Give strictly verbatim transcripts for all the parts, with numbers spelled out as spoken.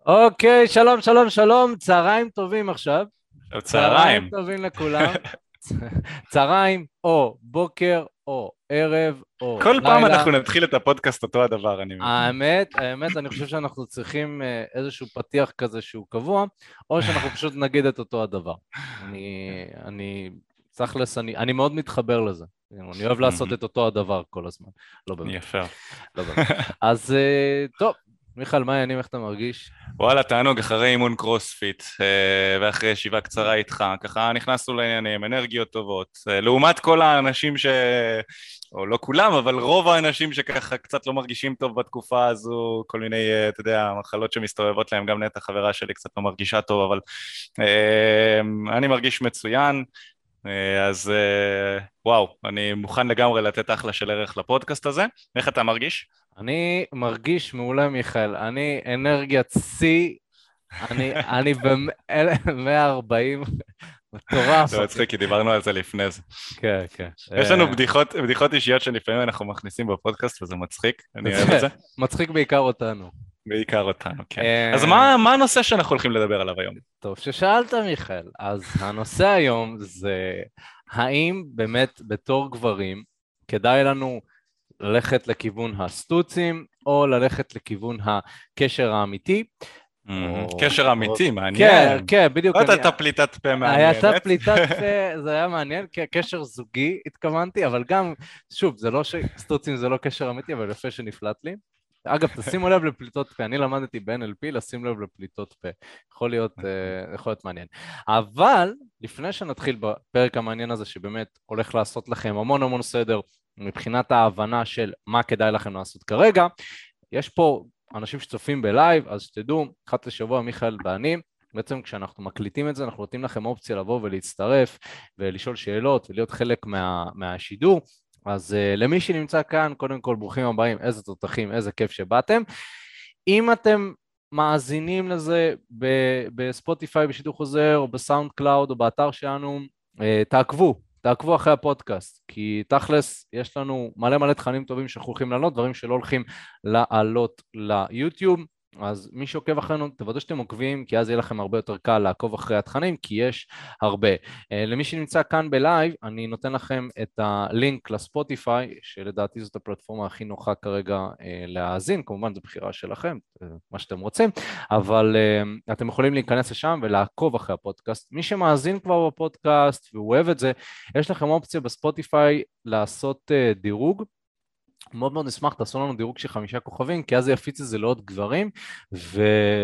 אוקיי, שלום, שלום, שלום, צהריים טובים עכשיו. עכשיו צהריים צהריים. טובים לכולם. צהריים או בוקר או ערב או כל פעם לילה. אנחנו נתחיל את הפודקאסט אותו הדבר, אני מבין. האמת, האמת, אני חושב שאנחנו צריכים אה, איזשהו פתיח כזה שהוא קבוע, או שאנחנו פשוט נגיד את אותו הדבר. אני, אני, תכלס, אני, אני מאוד מתחבר לזה. אני אוהב לעשות מהמם. את אותו הדבר כל הזמן. לא באמת, יפה. לא באמת. אז אה, טוב, מיכאל, מה העניינים, איך אתה מרגיש? וואלה, תענוג, אחרי אימון קרוספיט אה, ואחרי ישיבה קצרה איתך, ככה נכנסנו לעניינים, אנרגיות טובות, אה, לעומת כל האנשים ש... או לא כולם, אבל רוב האנשים שככה קצת לא מרגישים טוב בתקופה הזו, כל מיני, אה, אתה יודע, מחלות שמסתובבות להם, גם נטע חברה שלי קצת לא מרגישה טוב, אבל אה, אני מרגיש מצוין. אה, אז אה, וואו, אני מוכן לגמרי לתת אחלה של ערך לפודקאסט הזה. איך אתה מרגיש? אני מרגיש מעולה, מיכאל. אני אנרגיית שיא, אני, אני ב-מאה וארבעים, מטורף, זה אחי. מצחיק, כי דיברנו על זה לפני זה. כן, כן. יש לנו אה, בדיחות, בדיחות אישיות שלפעמים אנחנו מכניסים בפודקאסט, וזה מצחיק, אני אוהב את זה זה. מצחיק בעיקר אותנו. בעיקר אותנו, כן. אז אה, מה, מה הנושא שאנחנו הולכים לדבר עליו היום? טוב ששאלת, מיכאל. אז הנושא היום זה האם באמת בתור גברים כדאי לנו ללכת לכיוון הסטוצים או ללכת לכיוון הקשר האמיתי, מהמם. או... קשר או... אמיתי, כן, מעניין. כן, בדיוק. זאת אני... הייתה פליטת פה הייתה מעניינת. פליטת פה, זה היה מעניין, כי קשר זוגי התכוונתי, אבל גם, שוב, זה לא שסטוצים זה לא קשר אמיתי, אבל יפה שנפלט לי. אגב, תשימו לב לפליטות פה, אני למדתי ב-אן אל פי לשים לב לפליטות פה, יכול להיות, אה, יכול להיות מעניין. אבל לפני שנתחיל בפרק המעניין הזה, שבאמת הולך לעשות לכם המון המון סדר, מבחינת ההבנה של מה כדאי לכם לעשות כרגע, יש פה אנשים שצופים בלייב, אז שתדעו, אחת לשבוע מיכאל ואני, בעצם כשאנחנו מקליטים את זה, אנחנו נותנים לכם אופציה לבוא ולהצטרף ולשאול שאלות ולהיות חלק מה, מהשידור. אז uh, למי שנמצא כאן, קודם כל ברוכים הבאים, איזה תותחים, איזה כיף שבאתם. אם אתם מאזינים לזה בספוטיפיי בשידור חוזר או בסאונד קלאוד או באתר שלנו, uh, תעקבו, תעקבו אחרי הפודקאסט, כי תכלס יש לנו מלא מלא תכנים טובים שאנחנו הולכים לעלות, דברים שלא הולכים לעלות ליוטיוב. אז מי שעוקב אחרינו, תוודאו שאתם עוקבים, כי אז יהיה לכם הרבה יותר קל לעקוב אחרי התכנים, כי יש הרבה. למי שנמצא כאן בלייב, אני נותן לכם את הלינק לספוטיפיי, שלדעתי זאת הפלטפורמה הכי נוחה כרגע להאזין, כמובן זו בחירה שלכם, מה שאתם רוצים, אבל אתם יכולים להיכנס לשם ולעקוב אחרי הפודקאסט. מי שמאזין כבר בפודקאסט והוא אוהב את זה, יש לכם אופציה בספוטיפיי לעשות דירוג, מאוד מאוד נשמח, תעשו לנו דירוג של חמישה כוכבים, כי אז זה יפיץ את זה לעוד גברים, ו...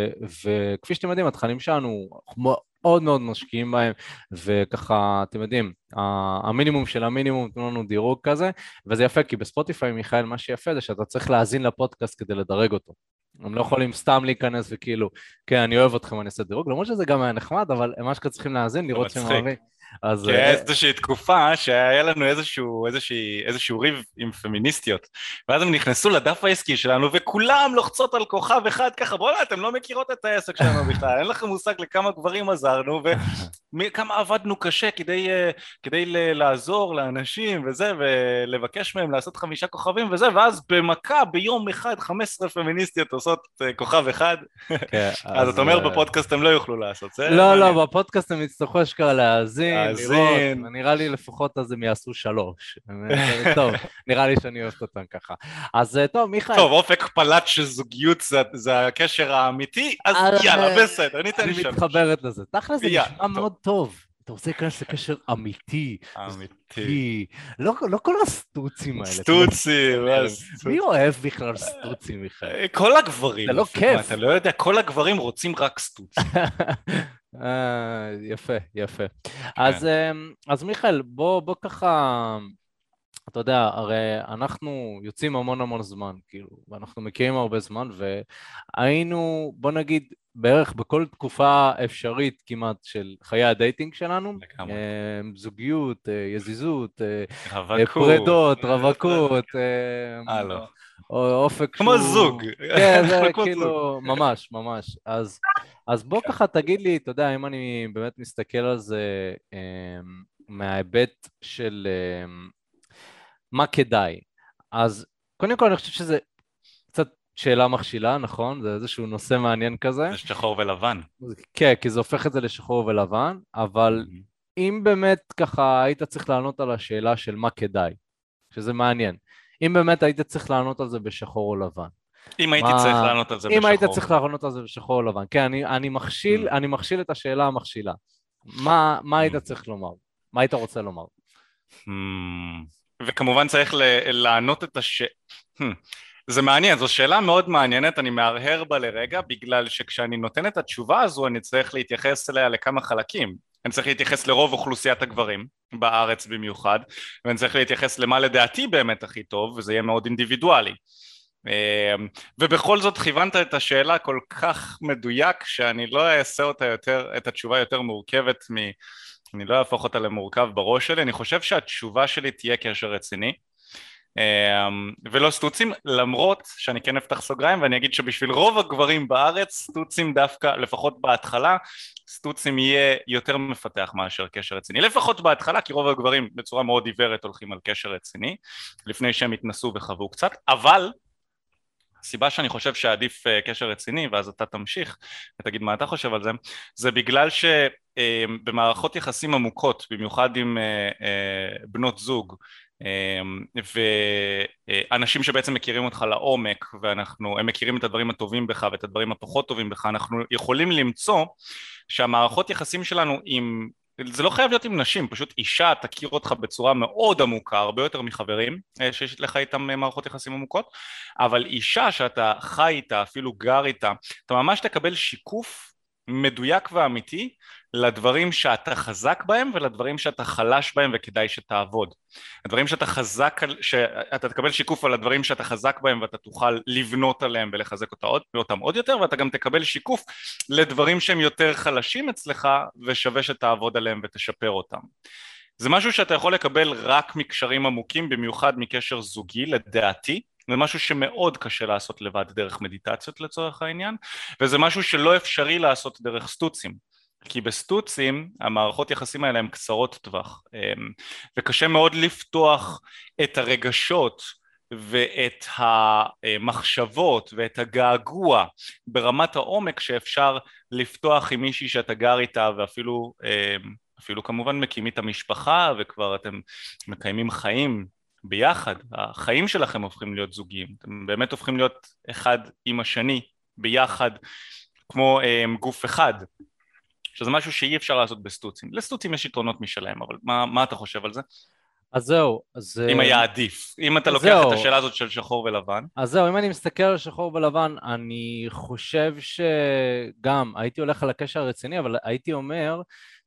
וכפי שאתם יודעים, התכנים שלנו מאוד מאוד משקיעים בהם, וככה, אתם יודעים, המינימום של המינימום, תנו לנו דירוג כזה, וזה יפה, כי בספוטיפיי, מיכאל, מה שיפה זה שאתה צריך להאזין לפודקאסט כדי לדרג אותו. הם לא יכולים סתם להיכנס וכאילו, כן, אני אוהב אתכם, אני אעשה דירוג, למרות שזה גם היה נחמד, אבל הם ממש צריכים להאזין, זה לראות שהם אוהבים. מצחיק. אז כי היה איזושהי תקופה שהיה לנו איזשהו, איזושהי, איזשהו ריב עם פמיניסטיות, ואז הם נכנסו לדף העסקי שלנו, וכולם לוחצות על כוכב אחד ככה, בואו, אתם לא מכירות את העסק שלנו בכלל, אין לכם מושג לכמה גברים עזרנו, וכמה עבדנו קשה כדי, כדי לעזור לאנשים וזה, ולבקש מהם לעשות חמישה כוכבים וזה, ואז במכה ביום אחד חמש עשרה פמיניסטיות עושות כוכב אחד, כן, אז אתה אז... אומר בפודקאסט הם לא יוכלו לעשות, זה לא, מעניין. לא, בפודקאסט הם יצטרכו אשכרה להאזין, לראות, להאזין. ונראה לי לפחות אז הם יעשו שלוש. טוב, נראה לי שאני אוהבת אותם ככה. אז טוב, מיכאל. טוב, אופק פלט של זוגיות זה, זה הקשר האמיתי, אז יאללה, בסדר, ניתן אני שלוש. מתחברת לזה. תכל'ס זה יאללה, נשמע טוב. מאוד טוב. אתה רוצה להיכנס לקשר אמיתי, אמיתי. זוגי, לא, לא כל הסטוצים האלה. סטוצים, מה מי סטוצים? אוהב בכלל סטוצים, מיכאל? כל הגברים, זה לא אפילו, מה, כיף. אתה לא יודע, כל הגברים רוצים רק סטוצים. אה, יפה, יפה. כן. אז, אמ, אז מיכאל, בוא, בוא ככה, אתה יודע, הרי אנחנו יוצאים המון המון זמן, כאילו, ואנחנו מכירים הרבה זמן, והיינו, בוא נגיד, בערך בכל תקופה אפשרית כמעט של חיי הדייטינג שלנו, לגמרי. אמ, זוגיות, אה, יזיזות, אה, אה, רווקות. פרדות, רווקות, אה, אמ, לא. או אופק כמו שהוא... זוג. כן, זה אנחנו כמו זוג. כאילו, ממש, ממש. אז, אז בוא כן. ככה תגיד לי, אתה יודע, אם אני באמת מסתכל על זה אמ, מההיבט של אמ, מה כדאי. אז קודם כל אני חושב שזה קצת שאלה מכשילה, נכון? זה איזשהו נושא מעניין כזה. זה שחור ולבן. כן, כי זה הופך את זה לשחור ולבן, אבל אם באמת ככה היית צריך לענות על השאלה של מה כדאי, שזה מעניין. אם באמת היית צריך לענות על זה בשחור או לבן. אם הייתי מה... צריך לענות על זה אם בשחור. היית צריך לענות על זה בשחור או לבן. כן, אני, אני מכשיל, אני מכשיל את השאלה המכשילה. מה, מה היית צריך לומר? מה היית רוצה לומר? וכמובן צריך לענות את הש... זה מעניין, זו שאלה מאוד מעניינת, אני מהרהר בה לרגע, בגלל שכשאני נותן את התשובה הזו, אני צריך להתייחס אליה לכמה חלקים. אני צריך להתייחס לרוב אוכלוסיית הגברים, בארץ במיוחד, ואני צריך להתייחס למה לדעתי באמת הכי טוב, וזה יהיה מאוד אינדיבידואלי. ובכל זאת כיוונת את השאלה כל כך מדויק, שאני לא אעשה אותה יותר, את התשובה יותר מורכבת מ... אני לא אהפוך אותה למורכב בראש שלי, אני חושב שהתשובה שלי תהיה קשר רציני, ולא סטוצים, למרות שאני כן אפתח סוגריים ואני אגיד שבשביל רוב הגברים בארץ סטוצים דווקא, לפחות בהתחלה, סטוצים יהיה יותר מפתח מאשר קשר רציני, לפחות בהתחלה, כי רוב הגברים בצורה מאוד עיוורת הולכים על קשר רציני, לפני שהם התנסו וחוו קצת, אבל הסיבה שאני חושב שעדיף קשר רציני, ואז אתה תמשיך ותגיד מה אתה חושב על זה, זה בגלל שבמערכות יחסים עמוקות, במיוחד עם בנות זוג, ואנשים שבעצם מכירים אותך לעומק, ואנחנו, הם מכירים את הדברים הטובים בך ואת הדברים הפחות טובים בך, אנחנו יכולים למצוא שהמערכות יחסים שלנו עם, זה לא חייב להיות עם נשים, פשוט אישה תכיר אותך בצורה מאוד עמוקה, הרבה יותר מחברים שיש לך איתם מערכות יחסים עמוקות, אבל אישה שאתה חי איתה, אפילו גר איתה, אתה ממש תקבל שיקוף מדויק ואמיתי לדברים שאתה חזק בהם ולדברים שאתה חלש בהם וכדאי שתעבוד. הדברים שאתה חזק, שאתה תקבל שיקוף על הדברים שאתה חזק בהם ואתה תוכל לבנות עליהם ולחזק אותה עוד, אותם עוד יותר, ואתה גם תקבל שיקוף לדברים שהם יותר חלשים אצלך ושווה שתעבוד עליהם ותשפר אותם. זה משהו שאתה יכול לקבל רק מקשרים עמוקים, במיוחד מקשר זוגי לדעתי, זה משהו שמאוד קשה לעשות לבד דרך מדיטציות לצורך העניין, וזה משהו שלא אפשרי לעשות דרך סטוצים, כי בסטוצים המערכות יחסים האלה הן קצרות טווח, וקשה מאוד לפתוח את הרגשות ואת המחשבות ואת הגעגוע ברמת העומק שאפשר לפתוח עם מישהי שאתה גר איתה, ואפילו אפילו כמובן מקים את המשפחה וכבר אתם מקיימים חיים ביחד, החיים שלכם הופכים להיות זוגיים, אתם באמת הופכים להיות אחד עם השני ביחד כמו um, גוף אחד, שזה משהו שאי אפשר לעשות בסטוצים. לסטוצים יש יתרונות משלהם, אבל מה, מה אתה חושב על זה? אז זהו, אז... אם היה עדיף, אם אתה לוקח זהו. את השאלה הזאת של שחור ולבן. אז זהו, אם אני מסתכל על שחור ולבן, אני חושב שגם הייתי הולך על הקשר הרציני, אבל הייתי אומר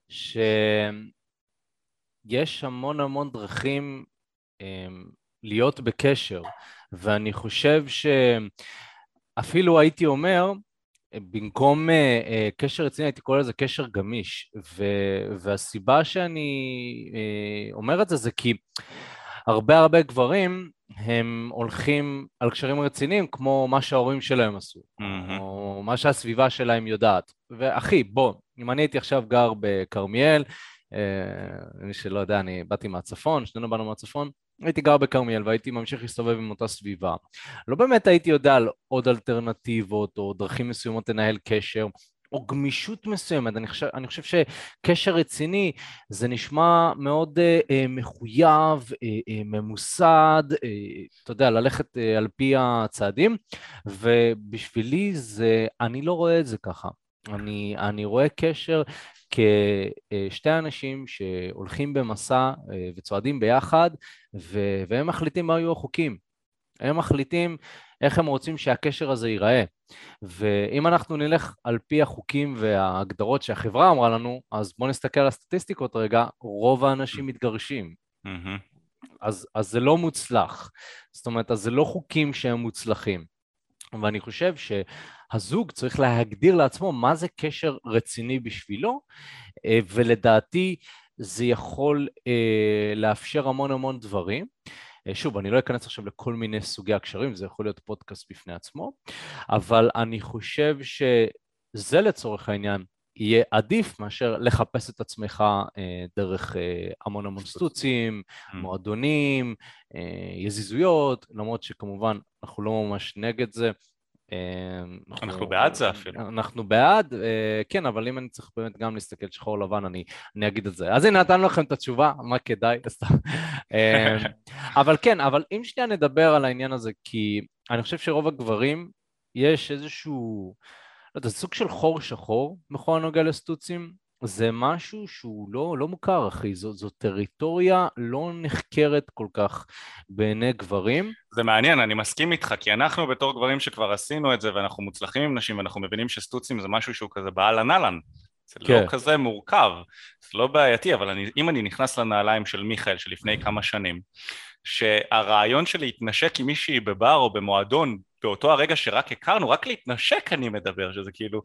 שיש המון המון דרכים להיות בקשר, ואני חושב שאפילו הייתי אומר, במקום קשר רציני הייתי קורא לזה קשר גמיש, והסיבה שאני אומר את זה זה כי הרבה הרבה גברים הם הולכים על קשרים רציניים כמו מה שההורים שלהם עשו, mm-hmm. או מה שהסביבה שלהם יודעת. ואחי, בוא, אם אני הייתי עכשיו גר בכרמיאל, מי שלא יודע, אני באתי מהצפון, שנינו באנו מהצפון, הייתי גר בכרמיאל והייתי ממשיך להסתובב עם אותה סביבה. לא באמת הייתי יודע על עוד אלטרנטיבות או דרכים מסוימות לנהל קשר, או גמישות מסוימת. אני חושב, אני חושב שקשר רציני זה נשמע מאוד אה, מחויב, אה, אה, ממוסד, אה, אתה יודע, ללכת אה, על פי הצעדים, ובשבילי זה, אני לא רואה את זה ככה. אני, אני רואה קשר כשתי אנשים שהולכים במסע וצועדים ביחד, והם מחליטים מה יהיו החוקים. הם מחליטים איך הם רוצים שהקשר הזה ייראה. ואם אנחנו נלך על פי החוקים וההגדרות שהחברה אמרה לנו, אז בואו נסתכל על הסטטיסטיקות רגע, רוב האנשים מתגרשים. אז, אז זה לא מוצלח. זאת אומרת, אז זה לא חוקים שהם מוצלחים. ואני חושב שהזוג צריך להגדיר לעצמו מה זה קשר רציני בשבילו, ולדעתי זה יכול לאפשר המון המון דברים. שוב, אני לא אכנס עכשיו לכל מיני סוגי הקשרים, זה יכול להיות פודקאסט בפני עצמו, אבל אני חושב שזה לצורך העניין יהיה עדיף מאשר לחפש את עצמך דרך המון המון סטוצים, מועדונים, יזיזויות, למרות שכמובן אנחנו לא ממש נגד זה, אנחנו בעד זה אפילו. אנחנו בעד, כן, אבל אם אני צריך באמת גם להסתכל שחור לבן, אני, אני אגיד את זה. אז הנה, נתנו לכם את התשובה, מה כדאי? אבל כן, אבל אם שנייה נדבר על העניין הזה, כי אני חושב שרוב הגברים, יש איזשהו, לא יודע, סוג של חור שחור, בכל הנוגע לסטוצים, זה משהו שהוא לא, לא מוכר, אחי, זו, זו טריטוריה לא נחקרת כל כך בעיני גברים. זה מעניין, אני מסכים איתך, כי אנחנו בתור גברים שכבר עשינו את זה, ואנחנו מוצלחים עם נשים, ואנחנו מבינים שסטוצים זה משהו שהוא כזה באהלן אהלן. זה כן. לא כזה מורכב, זה לא בעייתי, אבל אני, אם אני נכנס לנעליים של מיכאל, שלפני כמה שנים, שהרעיון של להתנשק עם מישהי בבר או במועדון, באותו הרגע שרק הכרנו, רק להתנשק אני מדבר, שזה כאילו...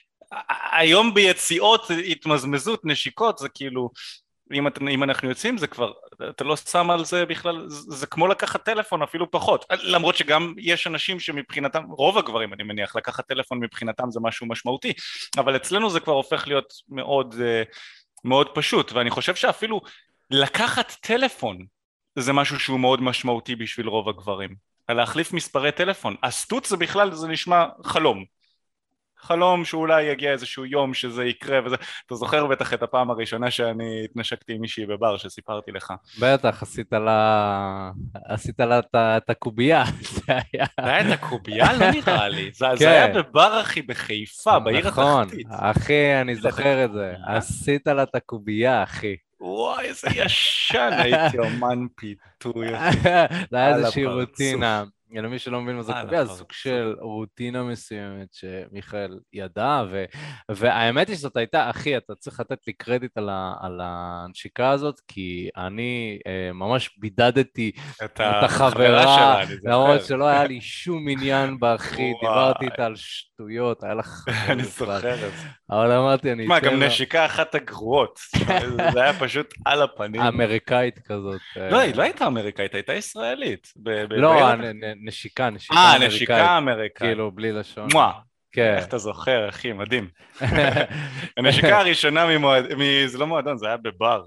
היום ביציאות, התמזמזות, נשיקות, זה כאילו, אם, את, אם אנחנו יוצאים, זה כבר, אתה לא שם על זה בכלל, זה, זה כמו לקחת טלפון, אפילו פחות, למרות שגם יש אנשים שמבחינתם, רוב הגברים אני מניח, לקחת טלפון מבחינתם זה משהו משמעותי, אבל אצלנו זה כבר הופך להיות מאוד, מאוד פשוט, ואני חושב שאפילו לקחת טלפון, זה משהו שהוא מאוד משמעותי בשביל רוב הגברים, להחליף מספרי טלפון, הסטוץ זה בכלל, זה נשמע חלום, חלום שאולי יגיע איזשהו יום שזה יקרה וזה, אתה זוכר בטח את הפעם הראשונה שאני התנשקתי עם מישהי בבר שסיפרתי לך. בטח, עשית לה, עשית לה את הקובייה, זה היה. זה היה את הקובייה? לא נראה לי, זה היה בבר אחי בחיפה, בעיר התחתית. נכון, אחי, אני זוכר את זה, עשית לה את הקובייה, אחי. וואי, איזה ישן, הייתי אומן פיתוי. זה היה איזושהי רוטינה. למי שלא מבין מה זה קובייה, זה סוג של רוטינה מסוימת שמיכאל ידע, והאמת היא שזאת הייתה, אחי, אתה צריך לתת לי קרדיט על הנשיקה הזאת, כי אני ממש בידדתי את החברה, למרות שלא היה לי שום עניין באחי, דיברתי איתה על שטויות, היה לך... אני זוכר את זה. אבל אמרתי, אני... מה, גם נשיקה אחת הגרועות, זה היה פשוט על הפנים. אמריקאית כזאת. לא, היא לא הייתה אמריקאית, הייתה ישראלית. לא, נשיקה, נשיקה אה, אמריקאית. נשיקה אמריקאית. כאילו, בלי לשון. מואה. כן. איך אתה זוכר, אחי, מדהים. הנשיקה הראשונה ממועדון, זה לא מועדון, זה היה בבר.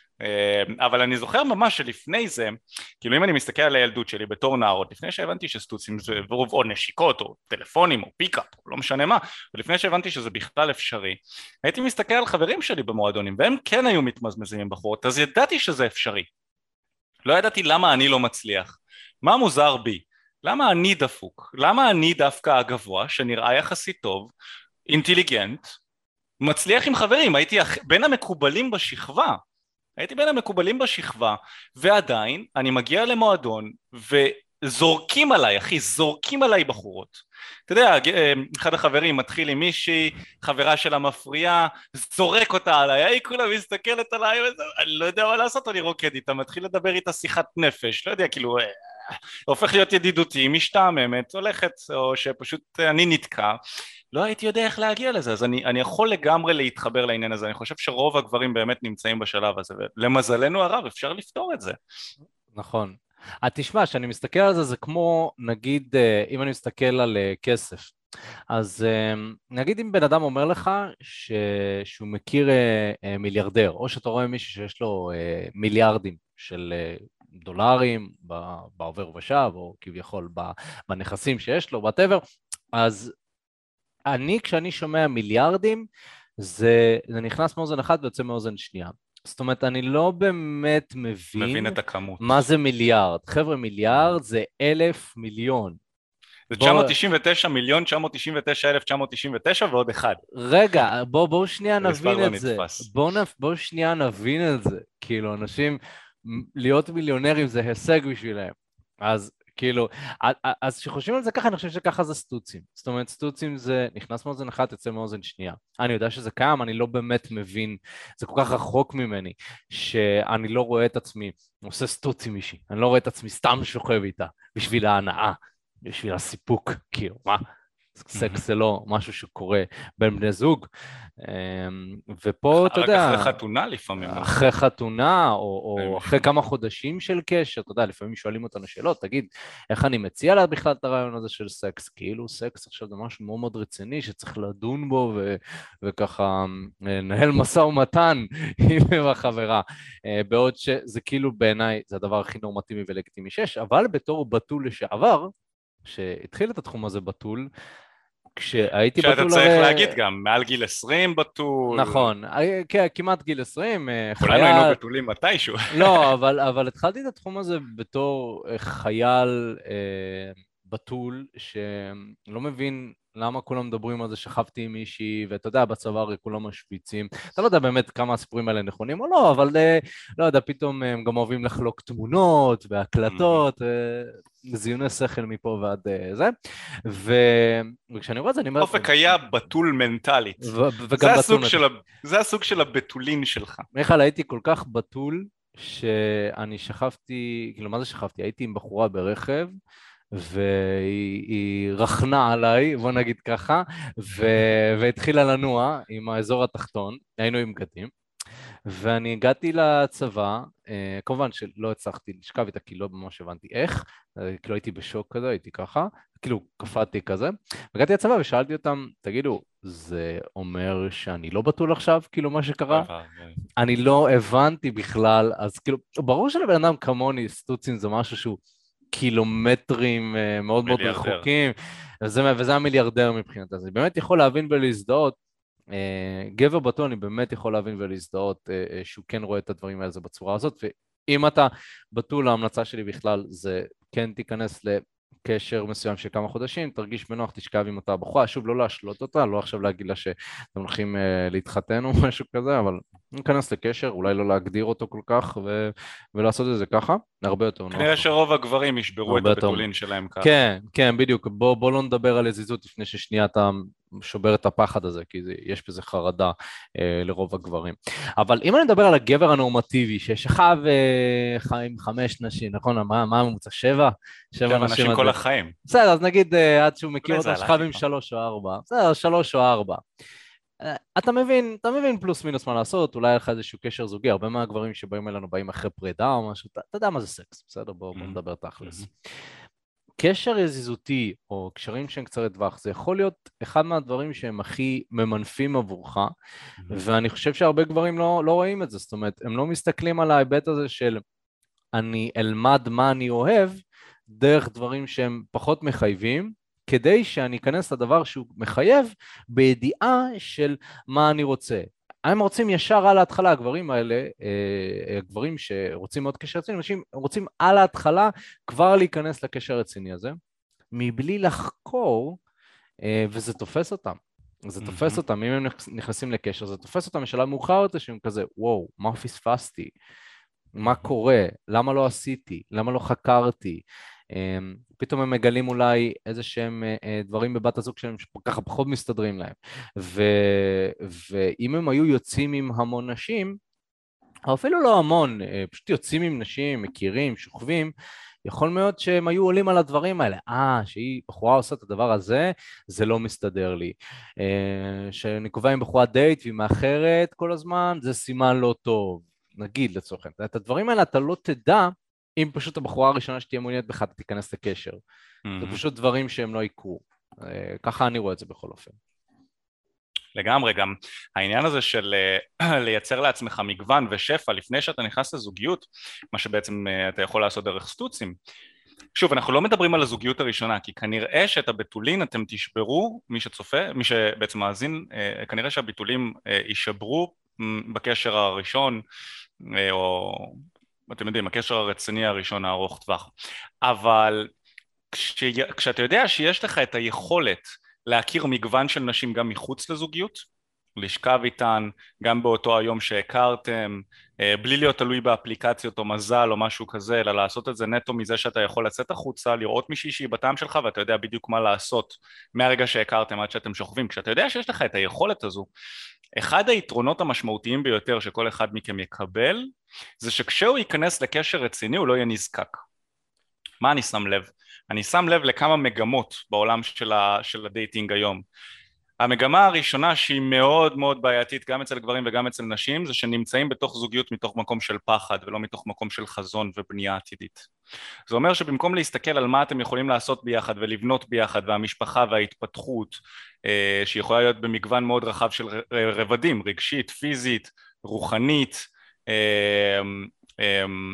אבל אני זוכר ממש שלפני זה, כאילו אם אני מסתכל על הילדות שלי בתור נערות, לפני שהבנתי שסטוצים זה ורוב או נשיקות או טלפונים או פיקאפ, לא משנה מה, ולפני שהבנתי שזה בכלל אפשרי, הייתי מסתכל על חברים שלי במועדונים, והם כן היו מתמזמזים עם בחורות, אז ידעתי שזה אפשרי. לא ידעתי למה אני לא מצליח. מה מוזר בי? למה אני דפוק? למה אני דווקא הגבוה, שנראה יחסית טוב, אינטליגנט, מצליח עם חברים? הייתי בין המקובלים בשכבה, הייתי בין המקובלים בשכבה, ועדיין אני מגיע למועדון, וזורקים עליי, אחי, זורקים עליי בחורות. אתה יודע, אחד החברים מתחיל עם מישהי, חברה שלה מפריעה, זורק אותה עליי, היא כולה מסתכלת עליי, אני לא יודע מה לעשות, אני רוקד איתה, מתחיל לדבר איתה שיחת נפש, לא יודע, כאילו... הופך להיות ידידותי, משתעממת, הולכת, או שפשוט אני נתקע, לא הייתי יודע איך להגיע לזה, אז אני, אני יכול לגמרי להתחבר לעניין הזה, אני חושב שרוב הגברים באמת נמצאים בשלב הזה, ולמזלנו הרב אפשר לפתור את זה. נכון. את תשמע, שאני מסתכל על זה, זה כמו, נגיד, אם אני מסתכל על כסף, אז נגיד אם בן אדם אומר לך ש... שהוא מכיר מיליארדר, או שאתה רואה מישהו שיש לו מיליארדים של... דולרים בעובר ושב, או כביכול בנכסים שיש לו, whatever, אז אני, כשאני שומע מיליארדים, זה, זה נכנס מאוזן אחד ויוצא מאוזן שנייה. זאת אומרת, אני לא באמת מבין, מבין את הכמות. מה זה מיליארד. חבר'ה, מיליארד זה אלף מיליון. זה תשע מאות תשעים ותשע מיליון, תשע מאות תשעים ותשע אלף, תשע מאות תשעים ותשע ועוד אחד. רגע, בואו בוא שנייה נבין את זה. בואו בוא שנייה נבין את זה. כאילו, אנשים... להיות מיליונרים זה הישג בשבילהם. אז כאילו, אז כשחושבים על זה ככה, אני חושב שככה זה סטוצים. זאת אומרת, סטוצים זה נכנס מאוזן אחת, יוצא מאוזן שנייה. אני יודע שזה קיים, אני לא באמת מבין, זה כל כך רחוק ממני, שאני לא רואה את עצמי, עושה סטוצים מישהי, אני לא רואה את עצמי סתם שוכב איתה, בשביל ההנאה, בשביל הסיפוק, כאילו, מה? סקס זה לא משהו שקורה בין בני זוג, ופה אתה יודע... רק אחרי חתונה לפעמים. אחרי חתונה, או אחרי כמה חודשים של קשר, אתה יודע, לפעמים שואלים אותנו שאלות, תגיד, איך אני מציע לה בכלל את הרעיון הזה של סקס? כאילו סקס עכשיו זה משהו מאוד מאוד רציני, שצריך לדון בו, וככה לנהל משא ומתן עם החברה, בעוד שזה כאילו בעיניי, זה הדבר הכי נורמטיבי ולגיטימי שיש, אבל בתור בתול לשעבר, שהתחיל את התחום הזה בתול, כשהייתי בתול... שאתה צריך להגיד גם, מעל גיל עשרים בתול. נכון, כמעט גיל עשרים, כולנו היינו בתולים מתישהו. לא, אבל התחלתי את התחום הזה בתור חייל בתול, שלא מבין למה כולם מדברים על זה, שכבתי עם מישהי, ואתה יודע, בצבא הרי כולם משוויצים, אתה לא יודע באמת כמה הסיפורים האלה נכונים או לא, אבל לא יודע, פתאום הם גם אוהבים לחלוק תמונות והקלטות, זיוני שכל מפה ועד זה, וכשאני רואה את זה, אני אומר... אופק היה בתול מנטלית. זה הסוג של הבתולין שלך. מיכל, הייתי כל כך בתול, שאני שכבתי, כאילו מה זה שכבתי? הייתי עם בחורה ברכב, והיא רחנה עליי, בוא נגיד ככה, והתחילה לנוע עם האזור התחתון, היינו עם בגדים, ואני הגעתי לצבא, כמובן שלא הצלחתי לשכב איתה, כי לא ממש הבנתי איך, כאילו הייתי בשוק כזה, הייתי ככה, כאילו קפאתי כזה, והגעתי לצבא ושאלתי אותם, תגידו, זה אומר שאני לא בתול עכשיו, כאילו מה שקרה? אני לא הבנתי בכלל, אז כאילו, ברור שלבן אדם כמוני, סטוצים זה משהו שהוא, קילומטרים מאוד מאוד רחוקים, וזה, וזה המיליארדר מבחינת הזה. אני באמת יכול להבין ולהזדהות, גבר בתול אני באמת יכול להבין ולהזדהות שהוא כן רואה את הדברים האלה בצורה הזאת, ואם אתה בתול, ההמלצה שלי בכלל זה כן תיכנס לקשר מסוים של כמה חודשים, תרגיש בנוח, תשכב עם אותה בחורה, שוב לא להשלות אותה, לא עכשיו להגיד לה שאתם הולכים להתחתן או משהו כזה, אבל ניכנס לקשר, אולי לא להגדיר אותו כל כך, ו... ולעשות את זה ככה, הרבה יותר נוח. כנראה שרוב הגברים ישברו את הבתולין שלהם ככה. כן, כן, בדיוק, בוא, בוא לא נדבר על הזיזות לפני ששנייה אתה שובר את הפחד הזה, כי זה, יש בזה חרדה אה, לרוב הגברים. אבל אם אני מדבר על הגבר הנורמטיבי, ששכב אה, עם חמש נשים, נכון? מה, מה הממוצע? שבע? שבע נשים כל החיים. בסדר, אז נגיד אה, עד שהוא מכיר אותה, שכב עם שלוש או ארבע. בסדר, שלוש או ארבע. אתה מבין, אתה מבין פלוס מינוס מה לעשות, אולי היה לך איזשהו קשר זוגי, הרבה מהגברים שבאים אלינו באים אחרי פרידה או משהו, אתה, אתה יודע מה זה סקס, בסדר? בואו בוא נדבר תכלס. קשר יזיזותי או קשרים שהם קצרי טווח, זה יכול להיות אחד מהדברים שהם הכי ממנפים עבורך, ואני חושב שהרבה גברים לא, לא רואים את זה, זאת אומרת, הם לא מסתכלים על ההיבט הזה של אני אלמד מה אני אוהב, דרך דברים שהם פחות מחייבים, כדי שאני אכנס לדבר שהוא מחייב בידיעה של מה אני רוצה. הם רוצים ישר על ההתחלה, הגברים האלה, הגברים שרוצים מאוד קשר רציני, אנשים רוצים על ההתחלה כבר להיכנס לקשר רציני הזה, מבלי לחקור, וזה תופס אותם. זה תופס אותם, אם הם נכנסים לקשר, זה תופס אותם בשלב מאוחר יותר, שהם כזה, וואו, מה פספסתי? מה קורה? למה לא עשיתי? למה לא חקרתי? פתאום הם מגלים אולי איזה שהם דברים בבת הזוג שלהם שככה פחות מסתדרים להם, ו... ואם הם היו יוצאים עם המון נשים, או אפילו לא המון, פשוט יוצאים עם נשים, מכירים, שוכבים, יכול מאוד שהם היו עולים על הדברים האלה, אה, שהיא בחורה עושה את הדבר הזה, זה לא מסתדר לי, שאני קובע עם בחורה דייט והיא מאחרת כל הזמן, זה סימן לא טוב, נגיד לצורך, את הדברים האלה אתה לא תדע, אם פשוט הבחורה הראשונה שתהיה מעוניינת בך, תיכנס לקשר. זה פשוט דברים שהם לא יקרו. ככה אני רואה את זה בכל אופן. לגמרי, גם העניין הזה של לייצר לעצמך מגוון ושפע לפני שאתה נכנס לזוגיות, מה שבעצם אתה יכול לעשות דרך סטוצים. שוב, אנחנו לא מדברים על הזוגיות הראשונה, כי כנראה שאת הבתולין אתם תשברו, מי שצופה, מי שבעצם מאזין, כנראה שהבתולים יישברו בקשר הראשון, או... אתם יודעים, הקשר הרציני הראשון הארוך טווח, אבל כש, כשאתה יודע שיש לך את היכולת להכיר מגוון של נשים גם מחוץ לזוגיות, לשכב איתן גם באותו היום שהכרתם, בלי להיות תלוי באפליקציות או מזל או משהו כזה, אלא לעשות את זה נטו מזה שאתה יכול לצאת החוצה, לראות מישהי שהיא בטעם שלך ואתה יודע בדיוק מה לעשות מהרגע שהכרתם עד שאתם שוכבים. כשאתה יודע שיש לך את היכולת הזו, אחד היתרונות המשמעותיים ביותר שכל אחד מכם יקבל, זה שכשהוא ייכנס לקשר רציני הוא לא יהיה נזקק. מה אני שם לב? אני שם לב לכמה מגמות בעולם של, ה, של הדייטינג היום. המגמה הראשונה שהיא מאוד מאוד בעייתית גם אצל גברים וגם אצל נשים, זה שנמצאים בתוך זוגיות מתוך מקום של פחד ולא מתוך מקום של חזון ובנייה עתידית. זה אומר שבמקום להסתכל על מה אתם יכולים לעשות ביחד ולבנות ביחד, והמשפחה וההתפתחות שיכולה להיות במגוון מאוד רחב של רבדים, רגשית, פיזית, רוחנית,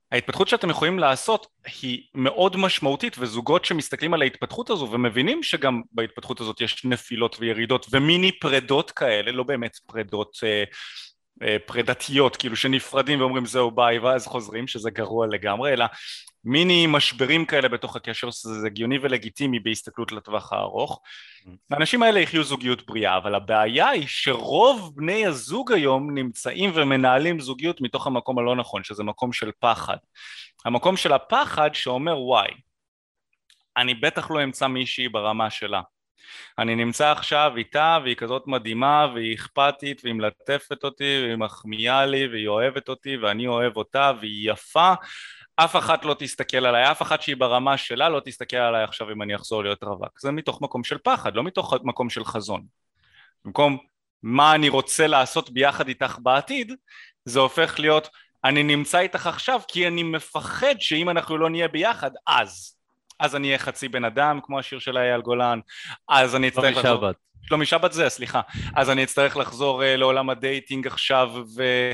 ההתפתחות שאתם יכולים לעשות היא מאוד משמעותית, וזוגות שמסתכלים על ההתפתחות הזו ומבינים שגם בהתפתחות הזאת יש נפילות וירידות ומיני פרדות כאלה, לא באמת פרדות אה, אה, פרדתיות, כאילו שנפרדים ואומרים זהו ביי ואז חוזרים, שזה גרוע לגמרי, אלא מיני משברים כאלה בתוך הקשר, שזה הגיוני ולגיטימי בהסתכלות לטווח הארוך. האנשים האלה יחיו זוגיות בריאה, אבל הבעיה היא שרוב בני הזוג היום נמצאים ומנהלים זוגיות מתוך המקום הלא נכון, שזה מקום של פחד. המקום של הפחד שאומר וואי, אני בטח לא אמצא מישהי ברמה שלה. אני נמצא עכשיו איתה והיא כזאת מדהימה והיא אכפתית והיא מלטפת אותי והיא מחמיאה לי והיא אוהבת אותי ואני אוהב אותה והיא יפה, אף אחת לא תסתכל עליי, אף אחת שהיא ברמה שלה לא תסתכל עליי עכשיו אם אני אחזור להיות רווק. זה מתוך מקום של פחד, לא מתוך מקום של חזון. במקום מה אני רוצה לעשות ביחד איתך בעתיד, זה הופך להיות אני נמצא איתך עכשיו כי אני מפחד שאם אנחנו לא נהיה ביחד אז, אז אני אהיה חצי בן אדם כמו השיר של אייל גולן, אז אני אצטרך לחזור... שבת. שלומי שבת זה, סליחה. אז אני אצטרך לחזור uh, לעולם הדייטינג עכשיו ו...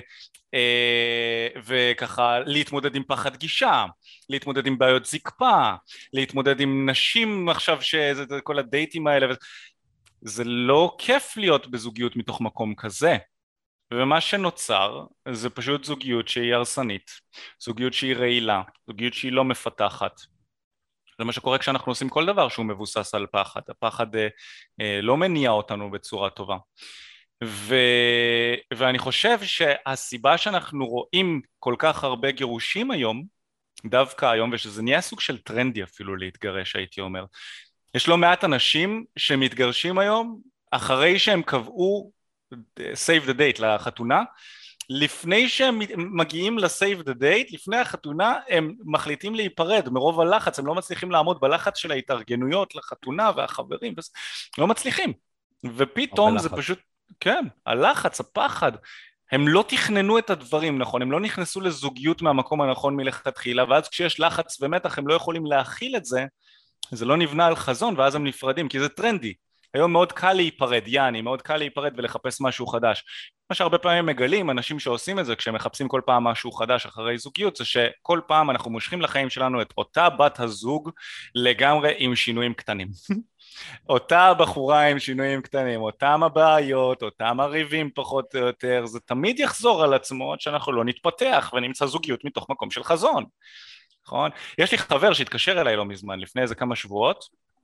Uh, וככה להתמודד עם פחד גישה, להתמודד עם בעיות זקפה, להתמודד עם נשים עכשיו שזה כל הדייטים האלה, זה לא כיף להיות בזוגיות מתוך מקום כזה, ומה שנוצר זה פשוט זוגיות שהיא הרסנית, זוגיות שהיא רעילה, זוגיות שהיא לא מפתחת. זה מה שקורה כשאנחנו עושים כל דבר שהוא מבוסס על פחד, הפחד uh, uh, לא מניע אותנו בצורה טובה. ו... ואני חושב שהסיבה שאנחנו רואים כל כך הרבה גירושים היום, דווקא היום, ושזה נהיה סוג של טרנדי אפילו להתגרש, הייתי אומר. יש לא מעט אנשים שמתגרשים היום, אחרי שהם קבעו save the date לחתונה, לפני שהם מגיעים ל-save the date, לפני החתונה, הם מחליטים להיפרד מרוב הלחץ, הם לא מצליחים לעמוד בלחץ של ההתארגנויות לחתונה והחברים, לא מצליחים. ופתאום זה פשוט... כן, הלחץ, הפחד, הם לא תכננו את הדברים, נכון, הם לא נכנסו לזוגיות מהמקום הנכון מלכתחילה, ואז כשיש לחץ ומתח הם לא יכולים להכיל את זה, זה לא נבנה על חזון, ואז הם נפרדים, כי זה טרנדי. היום מאוד קל להיפרד, יעני, מאוד קל להיפרד ולחפש משהו חדש. מה שהרבה פעמים מגלים, אנשים שעושים את זה, כשהם מחפשים כל פעם משהו חדש אחרי זוגיות, זה שכל פעם אנחנו מושכים לחיים שלנו את אותה בת הזוג לגמרי עם שינויים קטנים. אותה בחורה עם שינויים קטנים, אותם הבעיות, אותם הריבים פחות או יותר, זה תמיד יחזור על עצמו עד שאנחנו לא נתפתח ונמצא זוגיות מתוך מקום של חזון, נכון? יש לי חבר שהתקשר אליי לא מזמן, לפני איזה כמה שבועות,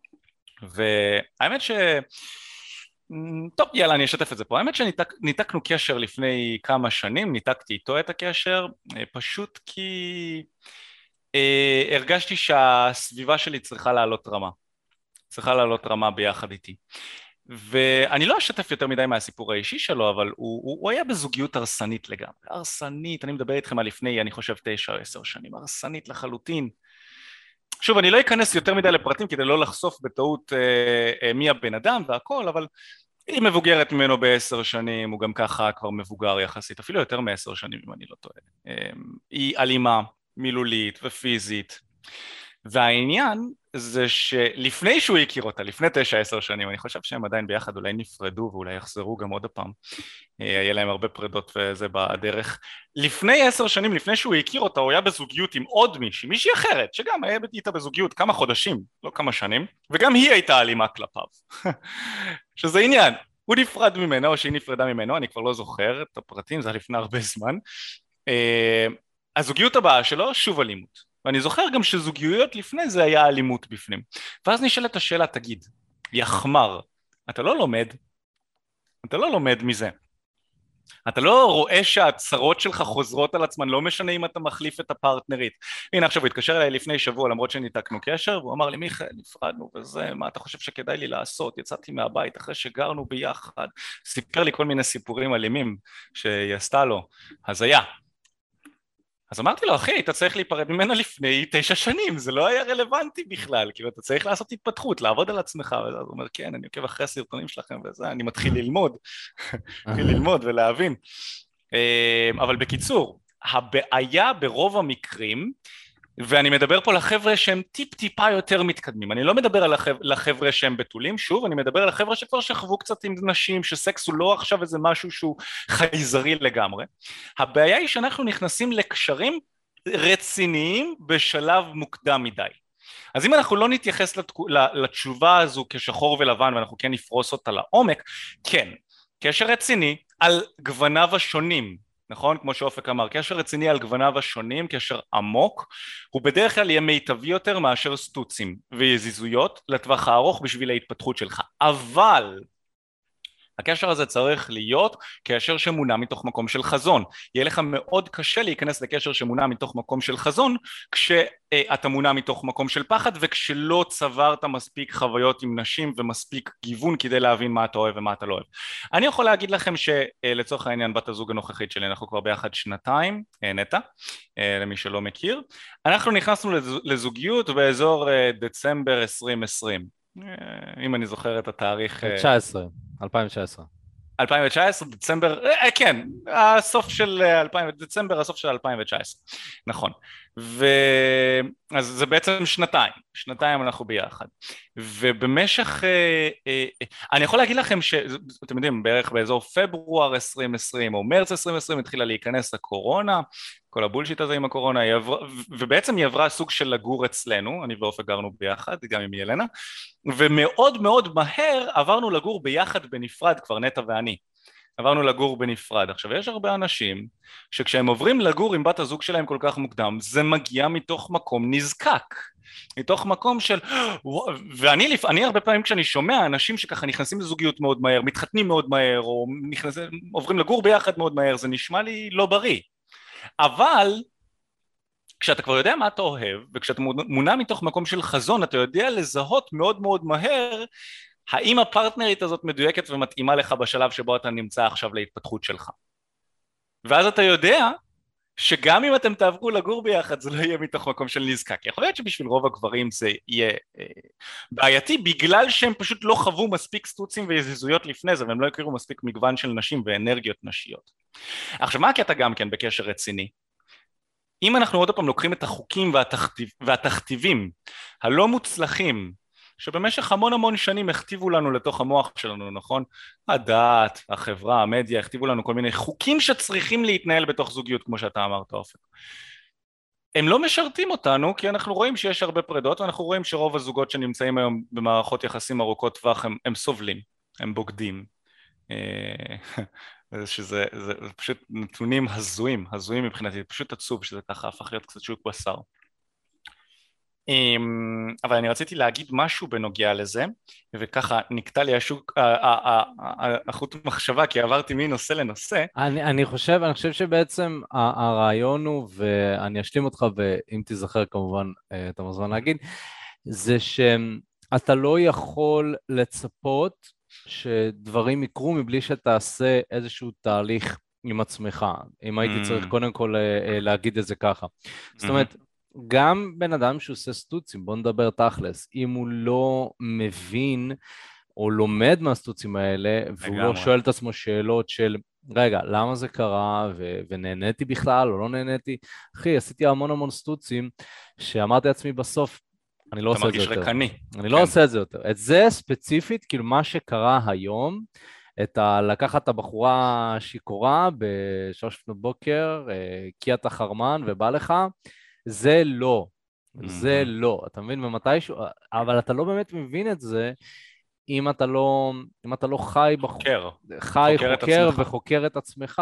והאמת ש... טוב, יאללה, אני אשתף את זה פה. האמת שניתקנו קשר לפני כמה שנים, ניתקתי איתו את הקשר, פשוט כי אה, הרגשתי שהסביבה שלי צריכה לעלות רמה. צריכה לעלות רמה ביחד איתי. ואני לא אשתף יותר מדי מהסיפור האישי שלו, אבל הוא, הוא, הוא היה בזוגיות הרסנית לגמרי. הרסנית, אני מדבר איתכם על לפני, אני חושב, תשע או עשר שנים, הרסנית לחלוטין. שוב, אני לא אכנס יותר מדי לפרטים כדי לא לחשוף בטעות אה, אה, מי הבן אדם והכל, אבל היא מבוגרת ממנו בעשר שנים, הוא גם ככה כבר מבוגר יחסית, אפילו יותר מעשר שנים אם אני לא טועה. אה, היא אלימה, מילולית ופיזית, והעניין זה שלפני שהוא הכיר אותה, לפני תשע עשר שנים, אני חושב שהם עדיין ביחד אולי נפרדו ואולי יחזרו גם עוד הפעם, היה להם הרבה פרדות וזה בדרך. לפני עשר שנים, לפני שהוא הכיר אותה, הוא היה בזוגיות עם עוד מישהי, מישהי אחרת, שגם היה איתה בזוגיות כמה חודשים, לא כמה שנים, וגם היא הייתה אלימה כלפיו. שזה עניין, הוא נפרד ממנו או שהיא נפרדה ממנו, אני כבר לא זוכר את הפרטים, זה היה לפני הרבה זמן. הזוגיות הבאה שלו, שוב אלימות. ואני זוכר גם שזוגיות לפני זה היה אלימות בפנים. ואז נשאלת השאלה, תגיד, יחמר, אתה לא לומד? אתה לא לומד מזה. אתה לא רואה שהצרות שלך חוזרות על עצמן, לא משנה אם אתה מחליף את הפרטנרית. הנה עכשיו הוא התקשר אליי לפני שבוע, למרות שניתקנו קשר, והוא אמר לי, מיכאל, נפרדנו וזה, מה אתה חושב שכדאי לי לעשות? יצאתי מהבית אחרי שגרנו ביחד, סיפר לי כל מיני סיפורים אלימים שהיא עשתה לו, אז היה. אז אמרתי לו, אחי, אתה צריך להיפרד ממנה לפני תשע שנים, זה לא היה רלוונטי בכלל, כאילו אתה צריך לעשות התפתחות, לעבוד על עצמך, ואז הוא אומר, כן, אני עוקב אחרי הסרטונים שלכם וזה, אני מתחיל ללמוד, מתחיל ללמוד ולהבין. אבל בקיצור, הבעיה ברוב המקרים, ואני מדבר פה לחבר'ה שהם טיפ טיפה יותר מתקדמים, אני לא מדבר על לחבר'ה שהם בתולים, שוב, אני מדבר על החבר'ה שכבר שכבו קצת עם נשים, שסקס הוא לא עכשיו איזה משהו שהוא חייזרי לגמרי. הבעיה היא שאנחנו נכנסים לקשרים רציניים בשלב מוקדם מדי. אז אם אנחנו לא נתייחס לתשובה הזו כשחור ולבן ואנחנו כן נפרוס אותה לעומק, כן, קשר רציני על גווניו השונים, נכון? כמו שאופק אמר, קשר רציני על גווניו השונים, קשר עמוק, הוא בדרך כלל יהיה מיטבי יותר מאשר סטוצים ויזיזויות לטווח הארוך בשביל ההתפתחות שלך, אבל הקשר הזה צריך להיות קשר שמונע מתוך מקום של חזון. יהיה לך מאוד קשה להיכנס לקשר שמונע מתוך מקום של חזון כשאתה מונע מתוך מקום של פחד וכשלא צברת מספיק חוויות עם נשים ומספיק גיוון כדי להבין מה אתה אוהב ומה אתה לא אוהב. אני יכול להגיד לכם שלצורך העניין בת הזוג הנוכחית שלי, אנחנו כבר ביחד שנתיים, נטע, למי שלא מכיר, אנחנו נכנסנו לזוגיות באזור דצמבר עשרים עשרים, אם אני זוכר את התאריך, תשע עשרה, אלפיים תשע עשרה. אלפיים תשע עשרה, דצמבר, כן, הסוף של אלפיים, דצמבר, הסוף של אלפיים תשע עשרה, נכון. ואז זה בעצם שנתיים, שנתיים אנחנו ביחד. ובמשך, אני יכול להגיד לכם שאתם יודעים, בערך באזור פברואר עשרים עשרים או מרץ עשרים עשרים התחילה להיכנס הקורונה, כל הבולשיט הזה עם הקורונה, ובעצם היא עברה סוג של לגור אצלנו, אני ואופק גרנו ביחד, גם עם ילנה, ומאוד מאוד מהר עברנו לגור ביחד בנפרד, כבר נטע ואני. עברנו לגור בנפרד. עכשיו, יש הרבה אנשים שכשהם עוברים לגור עם בת הזוג שלהם כל כך מוקדם, זה מגיע מתוך מקום נזקק. מתוך מקום של, ואני אני הרבה פעמים כשאני שומע אנשים שככה נכנסים לזוגיות מאוד מהר, מתחתנים מאוד מהר, או נכנסים, עוברים לגור ביחד מאוד מהר, זה נשמע לי לא בריא. אבל כשאתה כבר יודע מה אתה אוהב, וכשאתה מונע מתוך מקום של חזון, אתה יודע לזהות מאוד מאוד מהר, האם הפרטנרית הזאת מדויקת ומתאימה לך בשלב שבו אתה נמצא עכשיו להתפתחות שלך. ואז אתה יודע שגם אם אתם תעברו לגור ביחד, זה לא יהיה מתוך מקום של נזקק. יכול להיות שבשביל רוב הגברים זה יהיה אה, בעייתי, בגלל שהם פשוט לא חוו מספיק סטוצים ויזיזויות לפני זה, והם לא הכירו מספיק מגוון של נשים ואנרגיות נשיות. עכשיו, מה הקטע גם כן בקשר רציני? אם אנחנו עוד פעם לוקחים את החוקים והתכתיב, והתכתיבים הלא מוצלחים, שבמשך המון המון שנים הכתיבו לנו לתוך המוח שלנו, נכון? הדת, החברה, המדיה, הכתיבו לנו כל מיני חוקים שצריכים להתנהל בתוך זוגיות, כמו שאתה אמרת, אופק. הם לא משרתים אותנו, כי אנחנו רואים שיש הרבה פרדות, ואנחנו רואים שרוב הזוגות שנמצאים היום במערכות יחסים ארוכות טווח, הם, הם סובלים, הם בוגדים. שזה זה, זה פשוט נתונים הזויים, הזויים מבחינתי, פשוט עצוב שזה ככה הפך להיות קצת שוק בשר. אבל אני רציתי להגיד משהו בנוגע לזה, וככה נקטע לי השוק, החוט מחשבה, כי עברתי מנושא לנושא. אני, אני חושב, אני חושב שבעצם הרעיון הוא, ואני אשלים אותך, ואם תזכר כמובן, אתה מוזמן להגיד, זה שאתה לא יכול לצפות שדברים יקרו מבלי שתעשה איזשהו תהליך עם עצמך, אם הייתי צריך קודם כל להגיד את זה ככה. זאת אומרת, גם בן אדם שעושה סטוצים, בוא נדבר תכלס, אם הוא לא מבין או לומד מהסטוצים האלה, והוא לא שואל את עצמו שאלות של, רגע, למה זה קרה, ו- ונהניתי בכלל או לא נהניתי, אחי, עשיתי המון המון סטוצים, שאמרתי לעצמי בסוף, אני לא עושה את זה יותר. אתה מרגיש רקני. אני לא עושה את זה יותר. את זה ספציפית, כאילו מה שקרה היום, את ה- לקחת את הבחורה שיכורה בשלוש לפנות בוקר, כי אתה חרמן ובא לך, זה לא, זה לא, אתה מבין במתישהו, אבל אתה לא באמת מבין את זה אם אתה לא, אם אתה לא חי חוקר, חי, חוקר וחוקר את עצמך,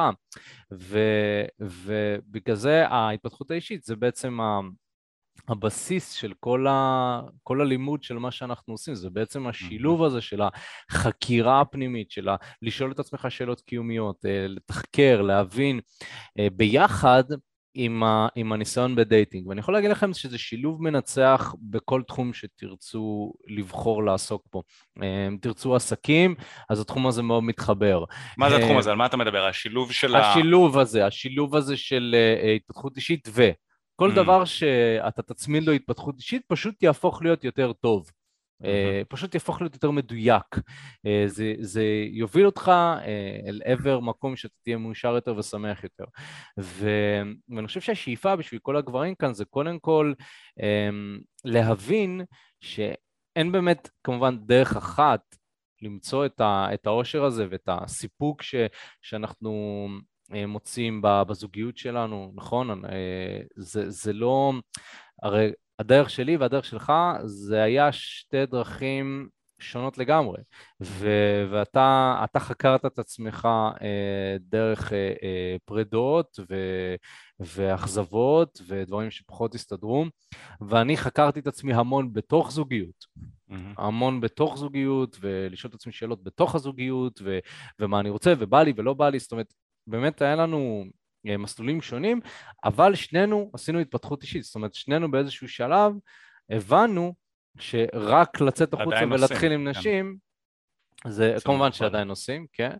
ובגלל זה ההתפתחות האישית זה בעצם הבסיס של כל, ה, כל הלימוד של מה שאנחנו עושים, זה בעצם השילוב הזה של החקירה הפנימית, של לשאול את עצמך שאלות קיומיות, לתחקר, להבין ביחד, עם, ה, עם הניסיון בדייטינג, ואני יכול להגיד לכם שזה שילוב מנצח בכל תחום שתרצו לבחור לעסוק פה. אם תרצו עסקים, אז התחום הזה מאוד מתחבר. מה זה התחום הזה? על מה אתה מדבר? השילוב של השילוב ה... הזה, השילוב הזה של uh, התפתחות אישית, וכל mm. דבר שאתה תצמיד לו התפתחות אישית, פשוט יהפוך להיות יותר טוב. Uh, פשוט יהפוך להיות יותר מדויק, uh, זה, זה יוביל אותך uh, אל עבר מקום שאתה תהיה מאושר יותר ושמח יותר, ו... ואני חושב שהשאיפה בשביל כל הגברים כאן זה קודם כל um, להבין שאין באמת כמובן דרך אחת למצוא את, ה... את האושר הזה ואת הסיפוק ש... שאנחנו מוצאים בזוגיות שלנו, נכון? זה, זה לא, הרי הדרך שלי והדרך שלך זה היה שתי דרכים שונות לגמרי, ו- ואתה אתה חקרת את עצמך אה, דרך אה, אה, פרדות ו- ואכזבות ודברים שפחות הסתדרו, ואני חקרתי את עצמי המון בתוך זוגיות, mm-hmm. המון בתוך זוגיות, ולשאול את עצמי שאלות בתוך הזוגיות, ו- ומה אני רוצה, ובא לי ולא בא לי, זאת אומרת, באמת היה לנו מסלולים שונים, אבל שנינו עשינו התפתחות אישית, זאת אומרת, שנינו באיזשהו שלב הבנו שרק לצאת החוצה ולהתחיל עם נשים, זה כמובן שעדיין עושים, כן?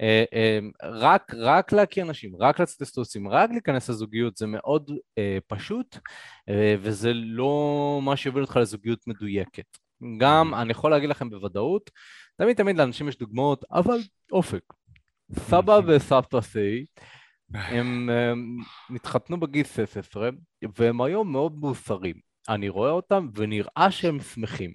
רק, רק להכיר נשים, רק לצאת לסטוסים, רק להיכנס לזוגיות, זה מאוד פשוט, וזה לא מה שיוביל אותך לזוגיות מדויקת. גם, אני יכול להגיד לכם בוודאות, תמיד תמיד לאנשים יש דוגמאות, אבל אופק. סבא וסבתא סי, הם התחתנו בגיל שש עשרה, והם היום מאוד מוסרים. אני רואה אותם ונראה שהם שמחים.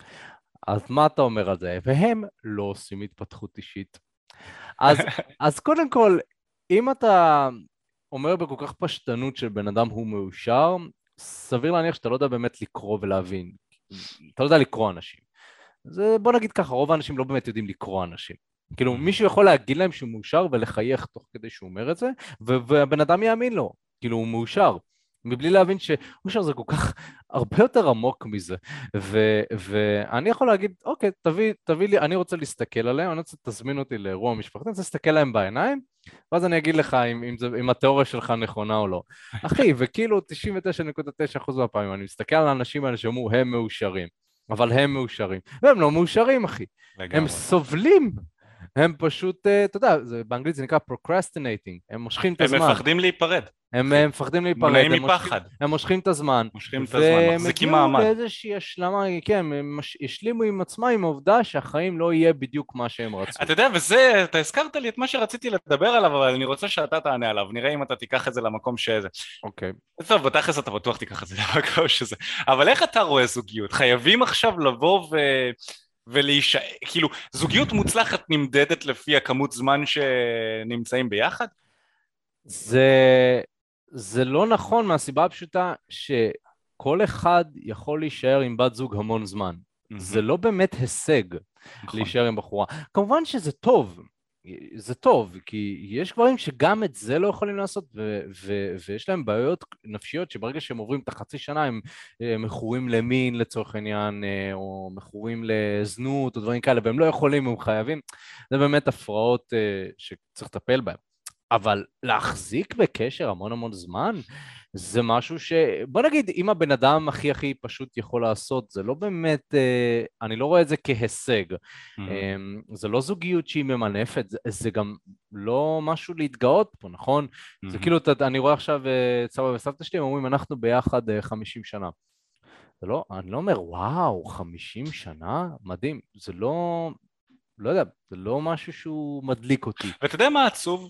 אז מה אתה אומר על זה? והם לא עושים התפתחות אישית. אז, אז קודם כל, אם אתה אומר בכל כך פשטנות של בן אדם הוא מאושר, סביר להניח שאתה לא יודע באמת לקרוא ולהבין. אתה לא יודע לקרוא אנשים. אז בוא נגיד ככה, רוב האנשים לא באמת יודעים לקרוא אנשים. כאילו, מישהו יכול להגיד להם שהוא מאושר ולחייך תוך כדי שהוא אומר את זה, והבן אדם יאמין לו, כאילו הוא מאושר, מבלי להבין שמאושר זה כל כך הרבה יותר עמוק מזה, ו- ואני יכול להגיד, אוקיי, תביא, תביא לי, אני רוצה להסתכל עליהם, אני רוצה תזמין אותי לאירוע משפחתי, אני רוצה להסתכל להם בעיניים, ואז אני אגיד לך אם, אם, זה, אם התיאוריה שלך נכונה או לא. אחי, וכאילו תשעים ותשע נקודה תשע אחוז מהפעמים, אני מסתכל על האנשים האלה שאומרו, הם מאושרים, אבל הם מאושרים, והם לא מאושרים, אחי, לגמרי. הם סובלים. הם פשוט, אתה יודע, באנגלית זה נקרא procrastinating, הם מושכים את הזמן. הם מפחדים להיפרד. הם, הם מפחדים להיפרד. מונעים מפחד. הם מושכים את הזמן. מושכים את הזמן, מחזיקים מעמד. והם הגיעו לאיזושהי השלמה, כן, הם השלימו עם עצמם עם העובדה שהחיים לא יהיה בדיוק מה שהם רצו. אתה יודע, וזה, אתה הזכרת לי את מה שרציתי לדבר עליו, אבל אני רוצה שאתה תענה עליו, נראה אם אתה תיקח את זה למקום שזה. אוקיי. טוב, בתכלס אתה בטוח תיקח את זה למקום שזה. אבל איך אתה רואה זוגיות? חייבים עכשיו לבוא ו... ולהישאר, כאילו, זוגיות מוצלחת נמדדת לפי הכמות זמן שנמצאים ביחד? זה, זה לא נכון מהסיבה הפשוטה שכל אחד יכול להישאר עם בת זוג המון זמן. Mm-hmm. זה לא באמת הישג נכון. להישאר עם בחורה. כמובן שזה טוב, זה טוב, כי יש גברים שגם את זה לא יכולים לעשות, ו- ו- ויש להם בעיות נפשיות שברגע שהם עוברים את החצי שנה הם מכורים למין לצורך העניין, או מכורים לזנות או דברים כאלה, והם לא יכולים, הם חייבים. זה באמת הפרעות שצריך לטפל בהם. אבל להחזיק בקשר המון המון זמן, זה משהו ש... בוא נגיד, אם הבן אדם הכי הכי פשוט יכול לעשות, זה לא באמת, אני לא רואה את זה כהישג. Mm-hmm. זה לא זוגיות שהיא ממנפת, זה, זה גם לא משהו להתגאות פה, נכון? Mm-hmm. זה כאילו, אני רואה עכשיו סבא וסבתא שלי, הם אומרים, אנחנו ביחד חמישים שנה. זה לא, אני לא אומר, וואו, חמישים שנה? מדהים. זה לא, לא יודע, זה לא משהו שהוא מדליק אותי. ואתה יודע מה עצוב?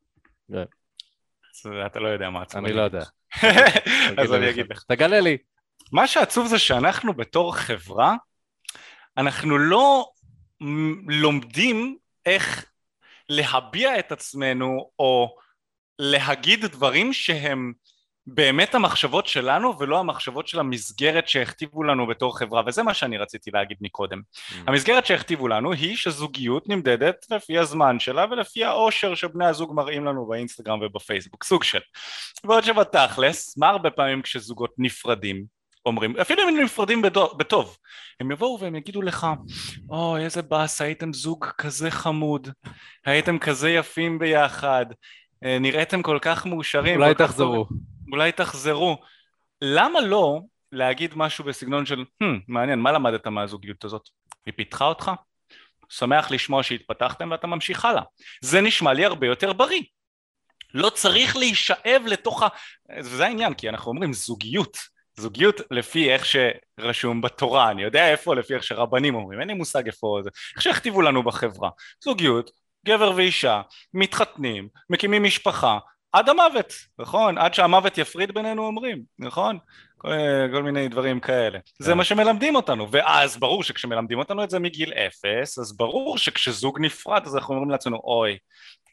אתה לא יודע מה עצוב. אני לא יודע. אז אני אגיד לך. תגלה לי. מה שעצוב זה שאנחנו בתור חברה, אנחנו לא לומדים איך להביע את עצמנו, או להגיד דברים שהם באמת המחשבות שלנו, ולא המחשבות של המסגרת שהכתיבו לנו בתור חברה, וזה מה שאני רציתי להגיד מקודם. Mm. המסגרת שהכתיבו לנו היא שזוגיות נמדדת לפי הזמן שלה, ולפי האושר שבני הזוג מראים לנו באינסטגרם ובפייסבוק, סוג של. ועוד שבתכלס, מה הרבה פעמים כשזוגות נפרדים, אומרים, אפילו אם הם נפרדים בטוב, הם יבואו והם יגידו לך, אוי, איזה באס, הייתם זוג כזה חמוד, הייתם כזה יפים ביחד, נראיתם כל כך מאושרים. אולי תחזרו. אולי תחזרו. למה לא להגיד משהו בסגנון של, hmm, מעניין, מה למדת מהזוגיות הזאת? היא פיתחה אותך? שמח לשמוע שהתפתחתם ואתה ממשיך הלאה. זה נשמע לי הרבה יותר בריא. לא צריך להישאב לתוך ה... וזה העניין, כי אנחנו אומרים זוגיות. זוגיות לפי איך שרשום בתורה, אני יודע איפה, לפי איך שרבנים אומרים, אין לי מושג איפה זה, איך שהכתיבו לנו בחברה. זוגיות, גבר ואישה, מתחתנים, מקימים משפחה, עד המוות, נכון? עד שהמוות יפריד בינינו אומרים, נכון? כל, כל מיני דברים כאלה. זה מה שמלמדים אותנו, ואז ברור שכשמלמדים אותנו את זה מגיל אפס, אז ברור שכשזוג נפרד, אז אנחנו אומרים לעצמנו, אוי,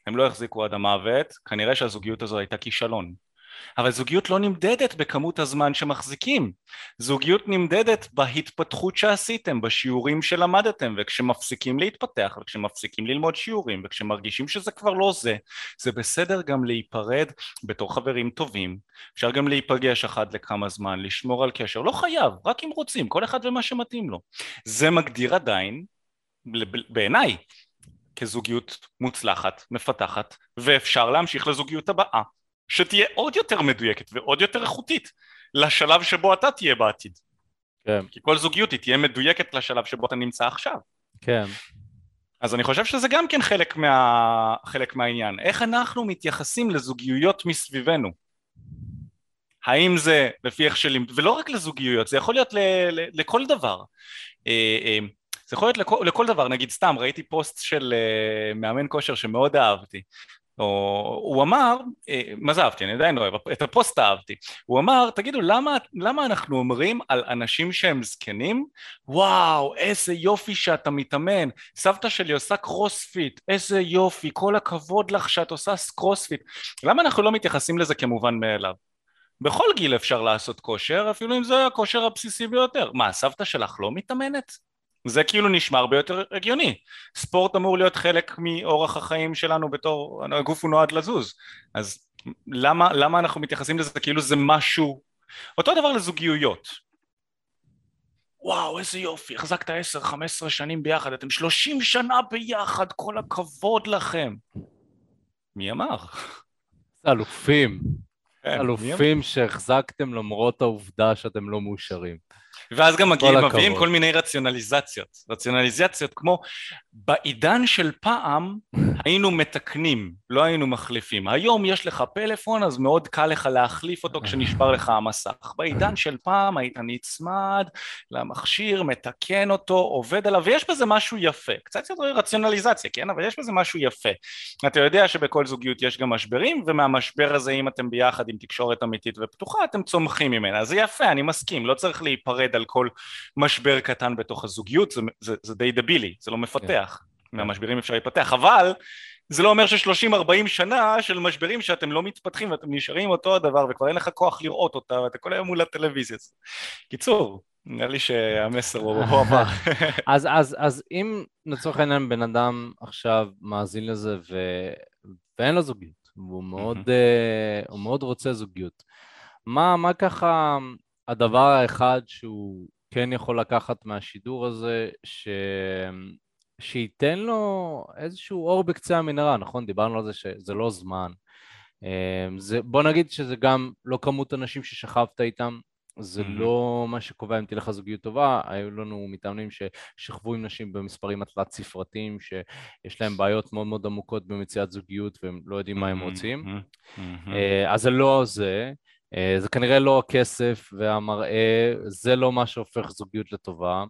הם לא החזיקו עד המוות, כנראה שהזוגיות הזו הייתה כישלון. אבל זוגיות לא נמדדת בכמות הזמן שמחזיקים, זוגיות נמדדת בהתפתחות שעשיתם, בשיעורים שלמדתם, וכשמפסיקים להתפתח, וכשמפסיקים ללמוד שיעורים, וכשמרגישים שזה כבר לא זה, זה בסדר גם להיפרד בתור חברים טובים, אפשר גם להיפגש אחד לכמה זמן, לשמור על קשר, לא חייב, רק אם רוצים, כל אחד ומה שמתאים לו. זה מגדיר עדיין, בעיניי, כזוגיות מוצלחת, מפתחת, ואפשר להמשיך לזוגיות הבאה. שתהיה עוד יותר מדויקת ועוד יותר איכותית לשלב שבו אתה תהיה בעתיד. כן. כי כל זוגיות היא תהיה מדויקת לשלב שבו אתה נמצא עכשיו. כן. אז אני חושב שזה גם כן חלק, מה... חלק מהעניין. איך אנחנו מתייחסים לזוגיויות מסביבנו? האם זה לפי איך שלים... ולא רק לזוגיויות, זה יכול להיות ל... ל... לכל דבר. זה יכול להיות לכל, לכל דבר. נגיד סתם, ראיתי פוסט של מאמן כושר שמאוד אהבתי. הוא אמר, מה זה אהבתי? אני עדיין לא אוהב, את הפוסט אהבתי. הוא אמר, תגידו, למה, למה אנחנו אומרים על אנשים שהם זקנים? וואו, איזה יופי שאתה מתאמן. סבתא שלי עושה קרוספיט, איזה יופי, כל הכבוד לך שאת עושה קרוספיט. למה אנחנו לא מתייחסים לזה כמובן מאליו? בכל גיל אפשר לעשות כושר, אפילו אם זה הכושר הבסיסי ביותר. מה, סבתא שלך לא מתאמנת? זה כאילו נשמע הרבה יותר הגיוני. ספורט אמור להיות חלק מאורח החיים שלנו בתור, הגוף הוא נועד לזוז. אז למה, למה אנחנו מתייחסים לזה כאילו זה משהו? אותו דבר לזוגיויות. וואו, איזה יופי, החזקת עשר חמש עשרה שנים ביחד, אתם שלושים שנה ביחד, כל הכבוד לכם. מי אמר? אלופים. כן, אלופים שהחזקתם למרות העובדה שאתם לא מאושרים. ואז גם מגיעים, מביאים כל מיני רציונליזציות, רציונליזציות כמו בעידן של פעם היינו מתקנים, לא היינו מחליפים, היום יש לך פלאפון אז מאוד קל לך להחליף אותו כשנשבר לך המסך, בעידן של פעם היית נצמד למכשיר, מתקן אותו, עובד עליו, ויש בזה משהו יפה, קצת יותר רציונליזציה, כן? אבל יש בזה משהו יפה, אתה יודע שבכל זוגיות יש גם משברים, ומהמשבר הזה אם אתם ביחד עם תקשורת אמיתית ופתוחה, אתם צומחים ממנה, אז זה יפה, אני מסכים, לא צריך להיפרד על כל משבר קטן בתוך הזוגיות, זה, זה, זה די דבילי, זה לא מפתח, yeah. מהמשברים אפשר להיפתח, אבל זה לא אומר ש-שלושים ארבעים שנה של משברים שאתם לא מתפתחים ואתם נשארים אותו הדבר וכבר אין לך כוח לראות אותה ואתה כל היום מול הטלוויזיה. קיצור, נראה לי שהמסר הוא עבר. אז, אז, אז אם לצורך העניין בן אדם עכשיו מאזין לזה ו... ואין לו זוגיות, והוא מאוד, uh, הוא מאוד רוצה זוגיות, מה, מה ככה הדבר האחד שהוא כן יכול לקחת מהשידור הזה, ש... שייתן לו איזשהו אור בקצה המנהרה, נכון? דיברנו על זה שזה לא זמן. זה, בוא נגיד שזה גם לא כמות אנשים ששכבת איתם, זה לא מה שקובע אם תלך זוגיות טובה, היו לנו מתאמנים ששכבו עם נשים במספרים התלת ספרתיים, שיש להם בעיות מאוד מאוד עמוקות במציאת זוגיות והם לא יודעים מה הם רוצים. אז זה לא זה. זה כנראה לא הכסף והמראה, זה לא מה שהופך זוגיות לטובה.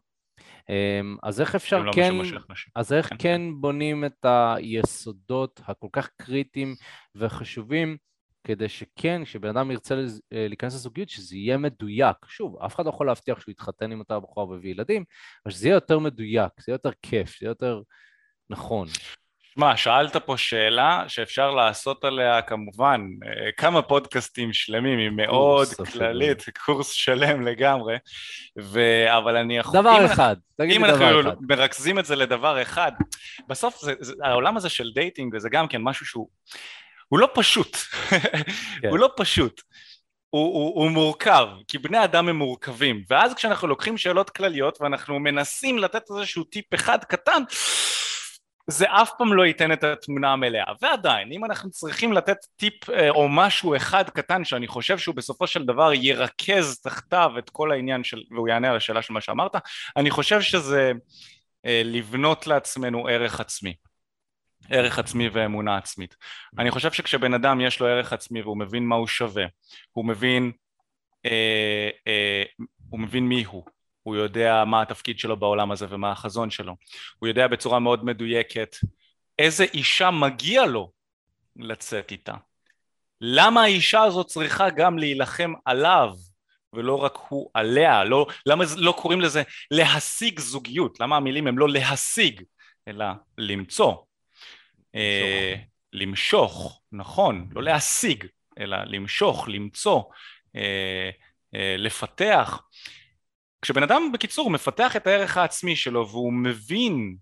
אז איך אפשר כן, אז איך כן בונים את היסודות הכל כך קריטיים וחשובים, כדי שכן, כשבן אדם ירצה להיכנס לזוגיות, שזה יהיה מדויק. שוב, אף אחד לא יכול להבטיח שהוא יתחתן עם אותה בחורה וביא ילדים, אבל שזה יהיה יותר מדויק, זה יהיה יותר כיף, זה יהיה יותר נכון. שמע, שאלת פה שאלה שאפשר לעשות עליה כמובן כמה פודקאסטים שלמים, היא מאוד כללית, קורס שלם לגמרי, ו... אבל אני יכול... דבר אחד, תגיד לי דבר אחד. אם אנחנו מרכזים את זה לדבר אחד, בסוף זה, זה, העולם הזה של דייטינג, וזה גם כן משהו שהוא הוא לא פשוט, כן. הוא לא פשוט. הוא, הוא, הוא מורכב, כי בני אדם הם מורכבים, ואז כשאנחנו לוקחים שאלות כלליות ואנחנו מנסים לתת איזשהו טיפ אחד קטן, זה אף פעם לא ייתן את התמונה המלאה. ועדיין, אם אנחנו צריכים לתת טיפ או משהו אחד קטן שאני חושב שהוא בסופו של דבר ירכז תחתיו את כל העניין של, והוא יענה על השאלה של מה שאמרת, אני חושב שזה לבנות לעצמנו ערך עצמי. ערך עצמי ואמונה עצמית. אני חושב שכשבן אדם יש לו ערך עצמי והוא מבין מה הוא שווה, הוא מבין, אה, אה, הוא מבין מי הוא, הוא יודע מה התפקיד שלו בעולם הזה ומה החזון שלו, הוא יודע בצורה מאוד מדויקת איזה אישה מגיע לו לצאת איתה, למה האישה הזאת צריכה גם להילחם עליו ולא רק הוא עליה, לא, למה לא קוראים לזה להשיג זוגיות, למה המילים הם לא להשיג אלא למצוא, למשוך, נכון, לא להשיג, אלא למשוך, למצוא, אה, אה, לפתח. כשבן אדם בקיצור מפתח את הערך העצמי שלו והוא מבין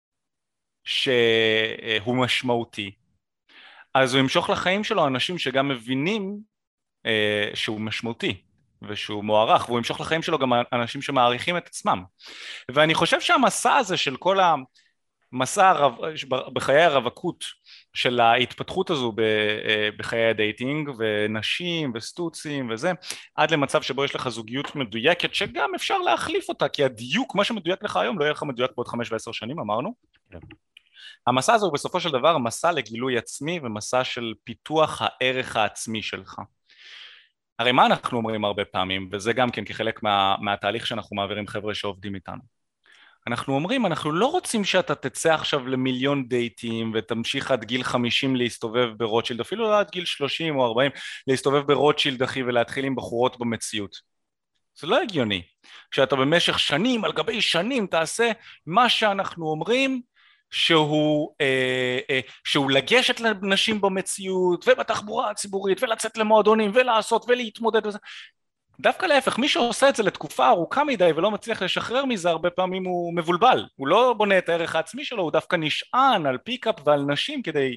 שהוא משמעותי, אז הוא ימשוך לחיים שלו אנשים שגם מבינים אה, שהוא משמעותי ושהוא מוערך, והוא ימשוך לחיים שלו גם אנשים שמעריכים את עצמם. ואני חושב שהמסע הזה של כל המסע הרב, בחיי הרווקות של ההתפתחות הזו בחיי הדייטינג ונשים וסטוצים וזה, עד למצב שבו יש לך זוגיות מדויקת שגם אפשר להחליף אותה, כי הדיוק, מה שמדויק לך היום לא יהיה לך מדויק בעוד חמש ועשר שנים, אמרנו. המסע הזה הוא בסופו של דבר מסע לגילוי עצמי ומסע של פיתוח הערך העצמי שלך. הרי מה אנחנו אומרים הרבה פעמים, וזה גם כן כחלק מה, מהתהליך שאנחנו מעבירים חבר'ה שעובדים איתנו. אנחנו אומרים, אנחנו לא רוצים שאתה תצא עכשיו למיליון דייטים ותמשיך עד גיל חמישים להסתובב ברוטשילד, אפילו לא עד גיל שלושים או ארבעים להסתובב ברוטשילד אחי ולהתחיל עם בחורות במציאות. זה לא הגיוני. כשאתה במשך שנים על גבי שנים תעשה מה שאנחנו אומרים, שהוא, אה, אה, שהוא לגשת לנשים במציאות ובתחבורה הציבורית ולצאת למועדונים ולעשות ולהתמודד וזה. דווקא להפך, מי שעושה את זה לתקופה ארוכה מדי ולא מצליח לשחרר מזה, הרבה פעמים הוא מבולבל, הוא לא בונה את הערך העצמי שלו, הוא דווקא נשען על פיקאפ ועל נשים כדי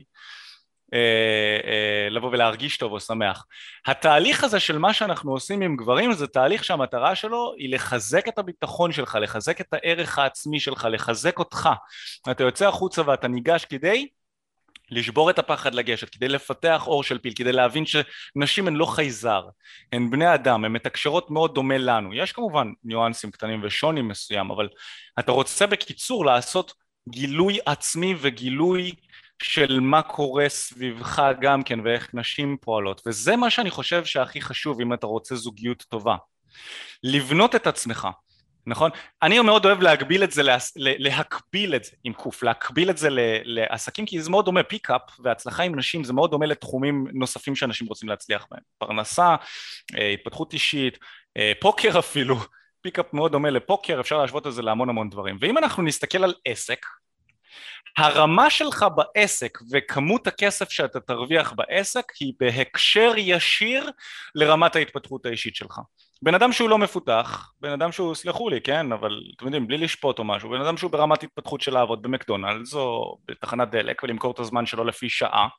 אה, אה, לבוא ולהרגיש טוב או שמח. התהליך הזה של מה שאנחנו עושים עם גברים זה תהליך שהמטרה שלו היא לחזק את הביטחון שלך, לחזק את הערך העצמי שלך, לחזק אותך. אתה יוצא החוצה ואתה ניגש כדי לשבור את הפחד לגשת, כדי לפתח אור של פיל, כדי להבין שנשים הן לא חייזר, הן בני אדם, הן מתקשרות מאוד דומה לנו. יש כמובן ניואנסים קטנים ושונים מסוים, אבל אתה רוצה בקיצור לעשות גילוי עצמי וגילוי של מה קורה סביבך גם כן ואיך נשים פועלות, וזה מה שאני חושב שהכי חשוב אם אתה רוצה זוגיות טובה. לבנות את עצמך. נכון? אני מאוד אוהב להגביל את זה, להקביל את זה עם קוף, להקביל את זה לעסקים, כי זה מאוד דומה, פיקאפ והצלחה עם נשים זה מאוד דומה לתחומים נוספים שאנשים רוצים להצליח בהם, פרנסה, התפתחות אישית, פוקר אפילו, פיקאפ מאוד דומה לפוקר, אפשר להשוות את זה להמון המון דברים. ואם אנחנו נסתכל על עסק, הרמה שלך בעסק וכמות הכסף שאתה תרוויח בעסק היא בהקשר ישיר לרמת ההתפתחות האישית שלך. בן אדם שהוא לא מפותח, בן אדם שהוא, סלחו לי, כן, אבל אתם יודעים, בלי לשפוט או משהו, בן אדם שהוא ברמת התפתחות של לעבוד במקדונלדס או בתחנת דלק ולמכור את הזמן שלו לפי שעה,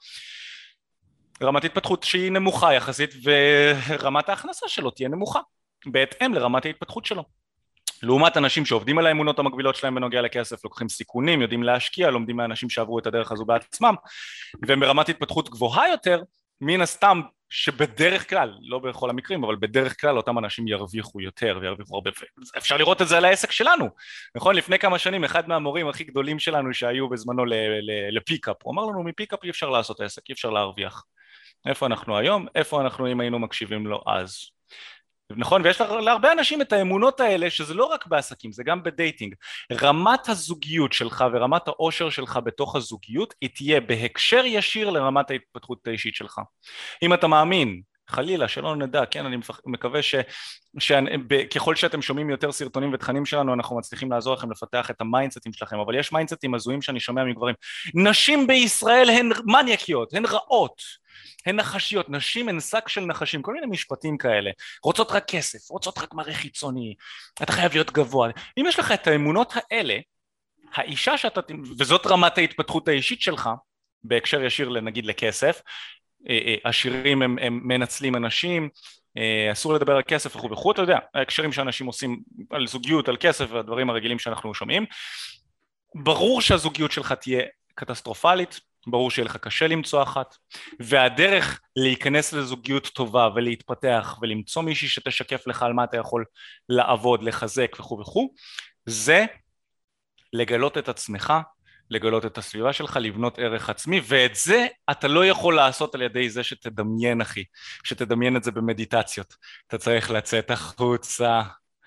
רמת התפתחות שהיא נמוכה יחסית ורמת ההכנסה שלו תהיה נמוכה, בהתאם לרמת ההתפתחות שלו. לעומת אנשים שעובדים על האמונות המקבילות שלהם בנוגע לכסף, לוקחים סיכונים, יודעים להשקיע, לומדים מאנשים שעברו את הדרך הזו בעצמם, והם ברמת התפתחות גבוהה יותר, מן הסתם שבדרך כלל, לא בכל המקרים, אבל בדרך כלל אותם אנשים ירוויחו יותר וירוויחו הרבה. אפשר לראות את זה על העסק שלנו, נכון? לפני כמה שנים, אחד מהמורים הכי גדולים שלנו שהיו בזמנו לפיקאפ, הוא אמר לנו, מפיקאפ אי אפשר לעשות עסק, אי אפשר להרוויח. איפה אנחנו היום? איפה אנחנו אם היינו מקשיבים לו אז? נכון, ויש להרבה אנשים את האמונות האלה שזה לא רק בעסקים, זה גם בדייטינג. רמת הזוגיות שלך ורמת האושר שלך בתוך הזוגיות היא תהיה בהקשר ישיר לרמת ההתפתחות האישית שלך. אם אתה מאמין, חלילה, שלא נדע, כן, אני מקווה ש, שככל שאתם שומעים יותר סרטונים ותכנים שלנו, אנחנו מצליחים לעזור לכם לפתח את המיינדסטים שלכם, אבל יש מיינדסטים הזויים שאני שומע מגברים. נשים בישראל הן מניאקיות, הן רעות. הן נחשיות, נשים הן שק של נחשים, כל מיני משפטים כאלה, רוצות רק כסף, רוצות רק מראה חיצוני, אתה חייב להיות גבוה. אם יש לך את האמונות האלה, האישה שאתה, וזאת רמת ההתפתחות האישית שלך, בהקשר ישיר נגיד לכסף, עשירים הם, הם מנצלים אנשים, אסור לדבר על כסף וכו' וכו', אתה יודע, ההקשרים שאנשים עושים על זוגיות, על כסף והדברים הרגילים שאנחנו שומעים, ברור שהזוגיות שלך תהיה קטסטרופלית, ברור שיהיה לך קשה למצוא אחת, והדרך להיכנס לזוגיות טובה ולהתפתח ולמצוא מישהי שתשקף לך על מה אתה יכול לעבוד, לחזק וכו' וכו', זה לגלות את עצמך, לגלות את הסביבה שלך, לבנות ערך עצמי, ואת זה אתה לא יכול לעשות על ידי זה שתדמיין אחי, שתדמיין את זה במדיטציות, אתה צריך לצאת החוצה,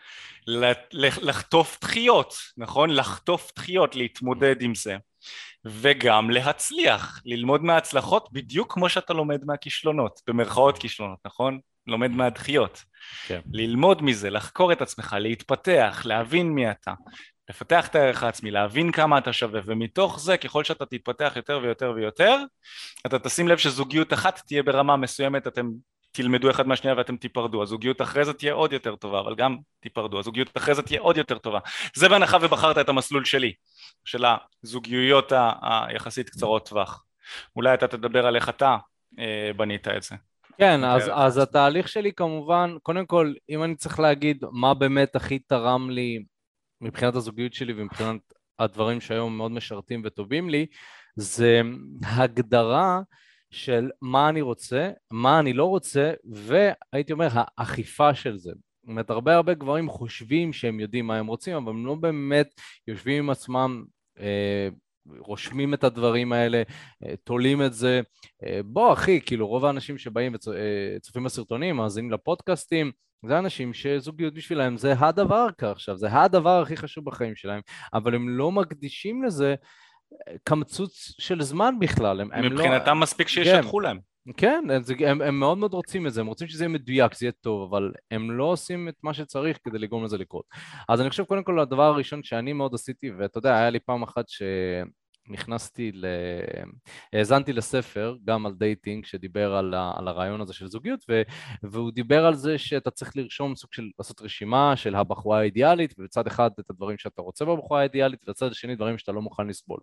לחטוף דחיות, נכון? לחטוף דחיות, להתמודד עם זה. וגם להצליח, ללמוד מההצלחות בדיוק כמו שאתה לומד מהכישלונות, במרכאות כישלונות, נכון? לומד מהדחיות. כן. ללמוד מזה, לחקור את עצמך, להתפתח, להבין מי אתה. לפתח את הערך העצמי, להבין כמה אתה שווה, ומתוך זה, ככל שאתה תתפתח יותר ויותר ויותר, אתה תשים לב שזוגיות אחת תהיה ברמה מסוימת, אתם תלמדו אחד מהשנייה ואתם תיפרדו, הזוגיות אחרי זה תהיה עוד יותר טובה, אבל גם תיפרדו, הזוגיות אחרי זה תהיה עוד יותר טובה. זה בהנחה ובחרת את המסלול שלי, של הזוגיות היחסית קצרות טווח. אולי אתה תדבר על איך אתה אה, בנית את זה. כן, אז, אז התהליך שלי כמובן, קודם כל, אם אני צריך להגיד מה באמת הכי תרם לי מבחינת הזוגיות שלי ומבחינת הדברים שהיום מאוד משרתים וטובים לי, זה הגדרה של מה אני רוצה, מה אני לא רוצה, והייתי אומר, האכיפה של זה. זאת אומרת, הרבה הרבה גברים חושבים שהם יודעים מה הם רוצים, אבל הם לא באמת יושבים עם עצמם, אה, רושמים את הדברים האלה, תולים את זה. בוא אחי, כאילו רוב האנשים שבאים וצופים בסרטונים, מאזינים לפודקאסטים, זה אנשים שזוגיות בשבילם זה הדבר עכשיו, זה הדבר הכי חשוב בחיים שלהם, אבל הם לא מקדישים לזה קמצוץ של זמן בכלל. הם, מבחינתם לא... מספיק שישטחו להם. כן, הם, הם מאוד מאוד רוצים את זה, הם רוצים שזה יהיה מדויק, זה יהיה טוב, אבל הם לא עושים את מה שצריך כדי לגרום לזה לקרות. אז אני חושב קודם כל הדבר הראשון שאני מאוד עשיתי, ואתה יודע, היה לי פעם אחת ש... נכנסתי, ל... האזנתי לספר, גם על דייטינג, שדיבר על, ה... על הרעיון הזה של זוגיות, ו... והוא דיבר על זה שאתה צריך לרשום סוג של, לעשות רשימה של הבחורה האידיאלית, ובצד אחד את הדברים שאתה רוצה בבחורה האידיאלית, ובצד השני דברים שאתה לא מוכן לסבול.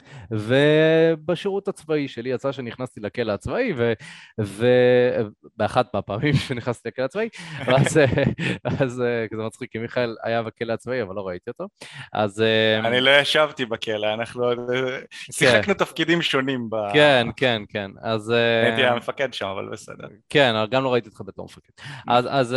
ובשירות הצבאי שלי יצא שנכנסתי לכלא הצבאי, ובאחת מהפעמים שנכנסתי לכלא הצבאי, אז, אז זה מצחיק, כי מיכאל היה בכלא הצבאי, אבל לא ראיתי אותו. אז... אני לא ישבתי בכלא, אנחנו שיחקנו תפקידים שונים. כן, כן, כן. אז... הייתי המפקד שם, אבל בסדר. כן, גם לא ראיתי אותך בתור מפקד. אז...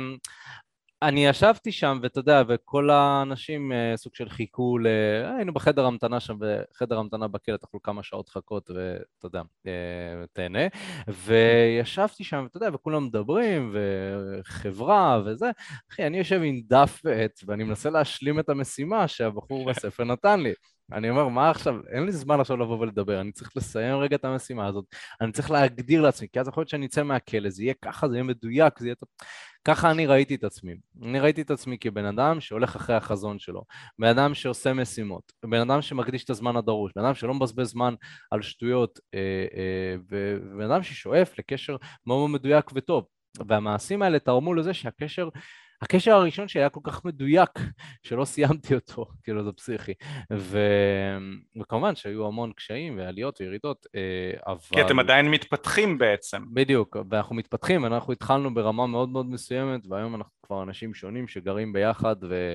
אני ישבתי שם, ואתה יודע, וכל האנשים סוג של חיכו, ל... היינו בחדר המתנה שם, בחדר המתנה בכלא, תאכלו כמה שעות חכות, ואתה יודע, תהנה. וישבתי שם, ואתה יודע, וכולם מדברים, וחברה וזה. אחי, אני יושב עם דף ועט, ואני מנסה להשלים את המשימה שהבחור בספר נתן לי. אני אומר, מה עכשיו? אין לי זמן עכשיו לבוא ולדבר, אני צריך לסיים רגע את המשימה הזאת, אני צריך להגדיר לעצמי, כי אז יכול להיות שאני אצא מהכלא, זה יהיה ככה, זה יהיה מדויק, זה יהיה... ככה אני ראיתי את עצמי. אני ראיתי את עצמי כבן אדם שהולך אחרי החזון שלו, בן אדם שעושה משימות, בן אדם שמקדיש את הזמן הדרוש, בן אדם שלא מבזבז זמן על שטויות, ובן אדם ששואף לקשר מאוד מדויק וטוב. והמעשים האלה תרמו לזה שהקשר... הקשר הראשון שהיה כל כך מדויק, שלא סיימתי אותו, כאילו זה פסיכי, ו... וכמובן שהיו המון קשיים ועליות וירידות, אבל... כי אתם עדיין מתפתחים בעצם. בדיוק, ואנחנו מתפתחים, אנחנו התחלנו ברמה מאוד מאוד מסוימת, והיום אנחנו כבר אנשים שונים שגרים ביחד,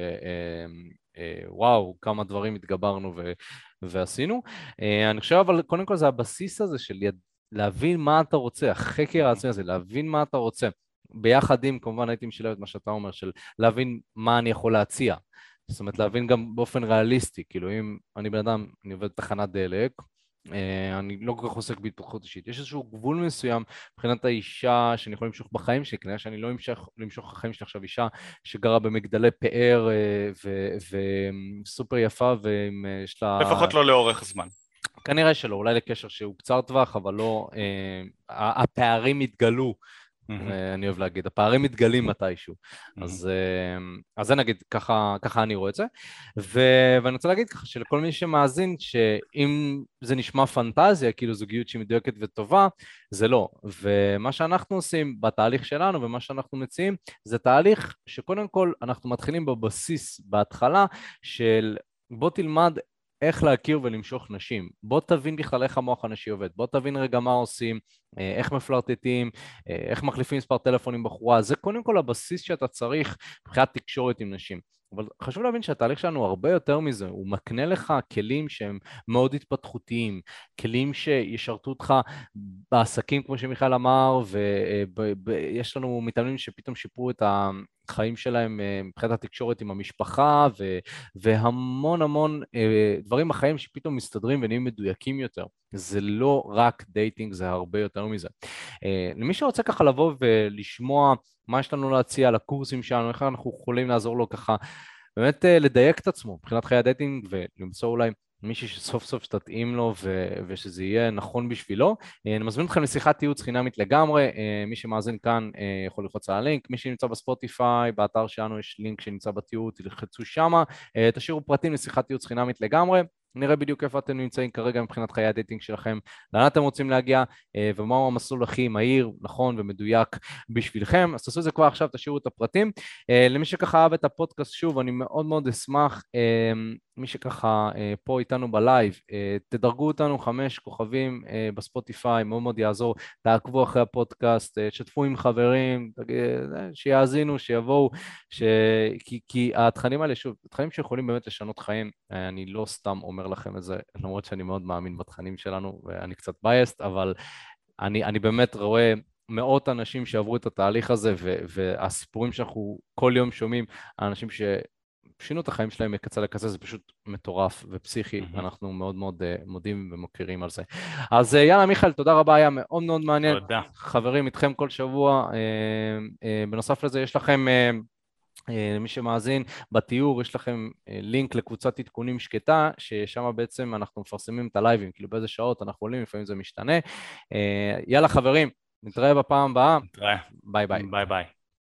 ווואו, כמה דברים התגברנו ו... ועשינו. אני חושב אבל קודם כל זה הבסיס הזה של להבין מה אתה רוצה, החקר העצמי הזה, להבין מה אתה רוצה. ביחד עם, כמובן הייתי משלב את מה שאתה אומר, של להבין מה אני יכול להציע. זאת אומרת, להבין גם באופן ריאליסטי, כאילו אם אני בן אדם, אני עובד בתחנת דלק, אני לא כל כך עוסק בהתפתחות אישית. יש איזשהו גבול מסוים מבחינת האישה שאני יכול למשוך בחיים שלי, כנראה שאני לא אמשוך, למשוך בחיים שלי עכשיו אישה שגרה במגדלי פאר וסופר יפה ויש לה... לפחות לא לאורך זמן. כנראה שלא, אולי לקשר שהוא קצר טווח, אבל לא... הפערים התגלו, אני אוהב להגיד, הפערים מתגלים מתישהו, אז זה נגיד, ככה אני רואה את זה, ואני רוצה להגיד ככה שלכל מי שמאזין, שאם זה נשמע פנטזיה, כאילו זוגיות שהיא מדויקת וטובה, זה לא, ומה שאנחנו עושים בתהליך שלנו, ומה שאנחנו מציעים, זה תהליך שקודם כל אנחנו מתחילים בבסיס, בהתחלה, של בוא תלמד איך להכיר ולמשוך נשים, בוא תבין בכלל איך המוח הנשי עובד, בוא תבין רגע מה עושים, איך מפלרטטים, איך מחליפים מספר טלפון עם בחורה, זה קודם כל הבסיס שאתה צריך מבחינת תקשורת עם נשים. אבל חשוב להבין שהתהליך שלנו הרבה יותר מזה, הוא מקנה לך כלים שהם מאוד התפתחותיים, כלים שישרתו אותך בעסקים כמו שמיכאל אמר, ויש לנו מתאמנים שפתאום שיפרו את החיים שלהם מבחינת התקשורת עם המשפחה, והמון המון דברים בחיים שפתאום מסתדרים ונהיים מדויקים יותר. זה לא רק דייטינג, זה הרבה יותר מזה. למי שרוצה ככה לבוא ולשמוע מה יש לנו להציע לקורסים שלנו, איך אנחנו יכולים לעזור לו ככה, באמת לדייק את עצמו מבחינת חיי הדייטינג ולמצוא אולי מישהי שסוף סוף שתתאים לו ו- ושזה יהיה נכון בשבילו. אני מזמין אתכם לשיחת ייעוץ חינמית לגמרי, מי שמאזין כאן יכול ללחוץ על הלינק, מי שנמצא בספוטיפיי, באתר שלנו יש לינק שנמצא בתיעוד, תלחצו שמה, תשאירו פרטים לשיחת ייעוץ חינמית לגמרי, נראה בדיוק איפה אתם נמצאים כרגע מבחינת חיי הדייטינג שלכם, לאן אתם רוצים להגיע ומהו המסלול הכי מהיר, נכון ומדויק בשבילכם, אז תעשו את זה כבר עכשיו, תשאירו את הפרטים. למי שככה אהב את הפודקאסט שוב, אני מאוד מאוד אשמח, מי שככה פה איתנו בלייב, תדרגו אותנו חמש כוכבים בספוטיפיי, מאוד מאוד יעזור, תעקבו אחרי הפודקאסט, שתפו עם חברים, שיאזינו, שיבואו, ש... כי, כי התכנים האלה, שוב, תכנים שיכולים באמת לשנות חיים, אני לא סתם אומר לכם את זה, למרות שאני מאוד מאמין בתכנים שלנו, ואני קצת בייסט, אבל אני, אני באמת רואה מאות אנשים שעברו את התהליך הזה, ו- והסיפורים שאנחנו כל יום שומעים, האנשים ששינו את החיים שלהם מקצה לקצה, זה פשוט מטורף ופסיכי, mm-hmm. ואנחנו מאוד מאוד uh, מודים ומוכירים על זה. אז uh, יאללה מיכאל, תודה רבה, היה מאוד מאוד מעניין. תודה. חברים, איתכם כל שבוע. Uh, uh, בנוסף לזה, יש לכם... Uh, למי שמאזין, בתיאור יש לכם לינק לקבוצת עדכונים שקטה, ששם בעצם אנחנו מפרסמים את הלייבים, כאילו באיזה שעות אנחנו עולים, לפעמים זה משתנה. יאללה חברים, נתראה בפעם הבאה. נתראה. ביי ביי. ביי ביי.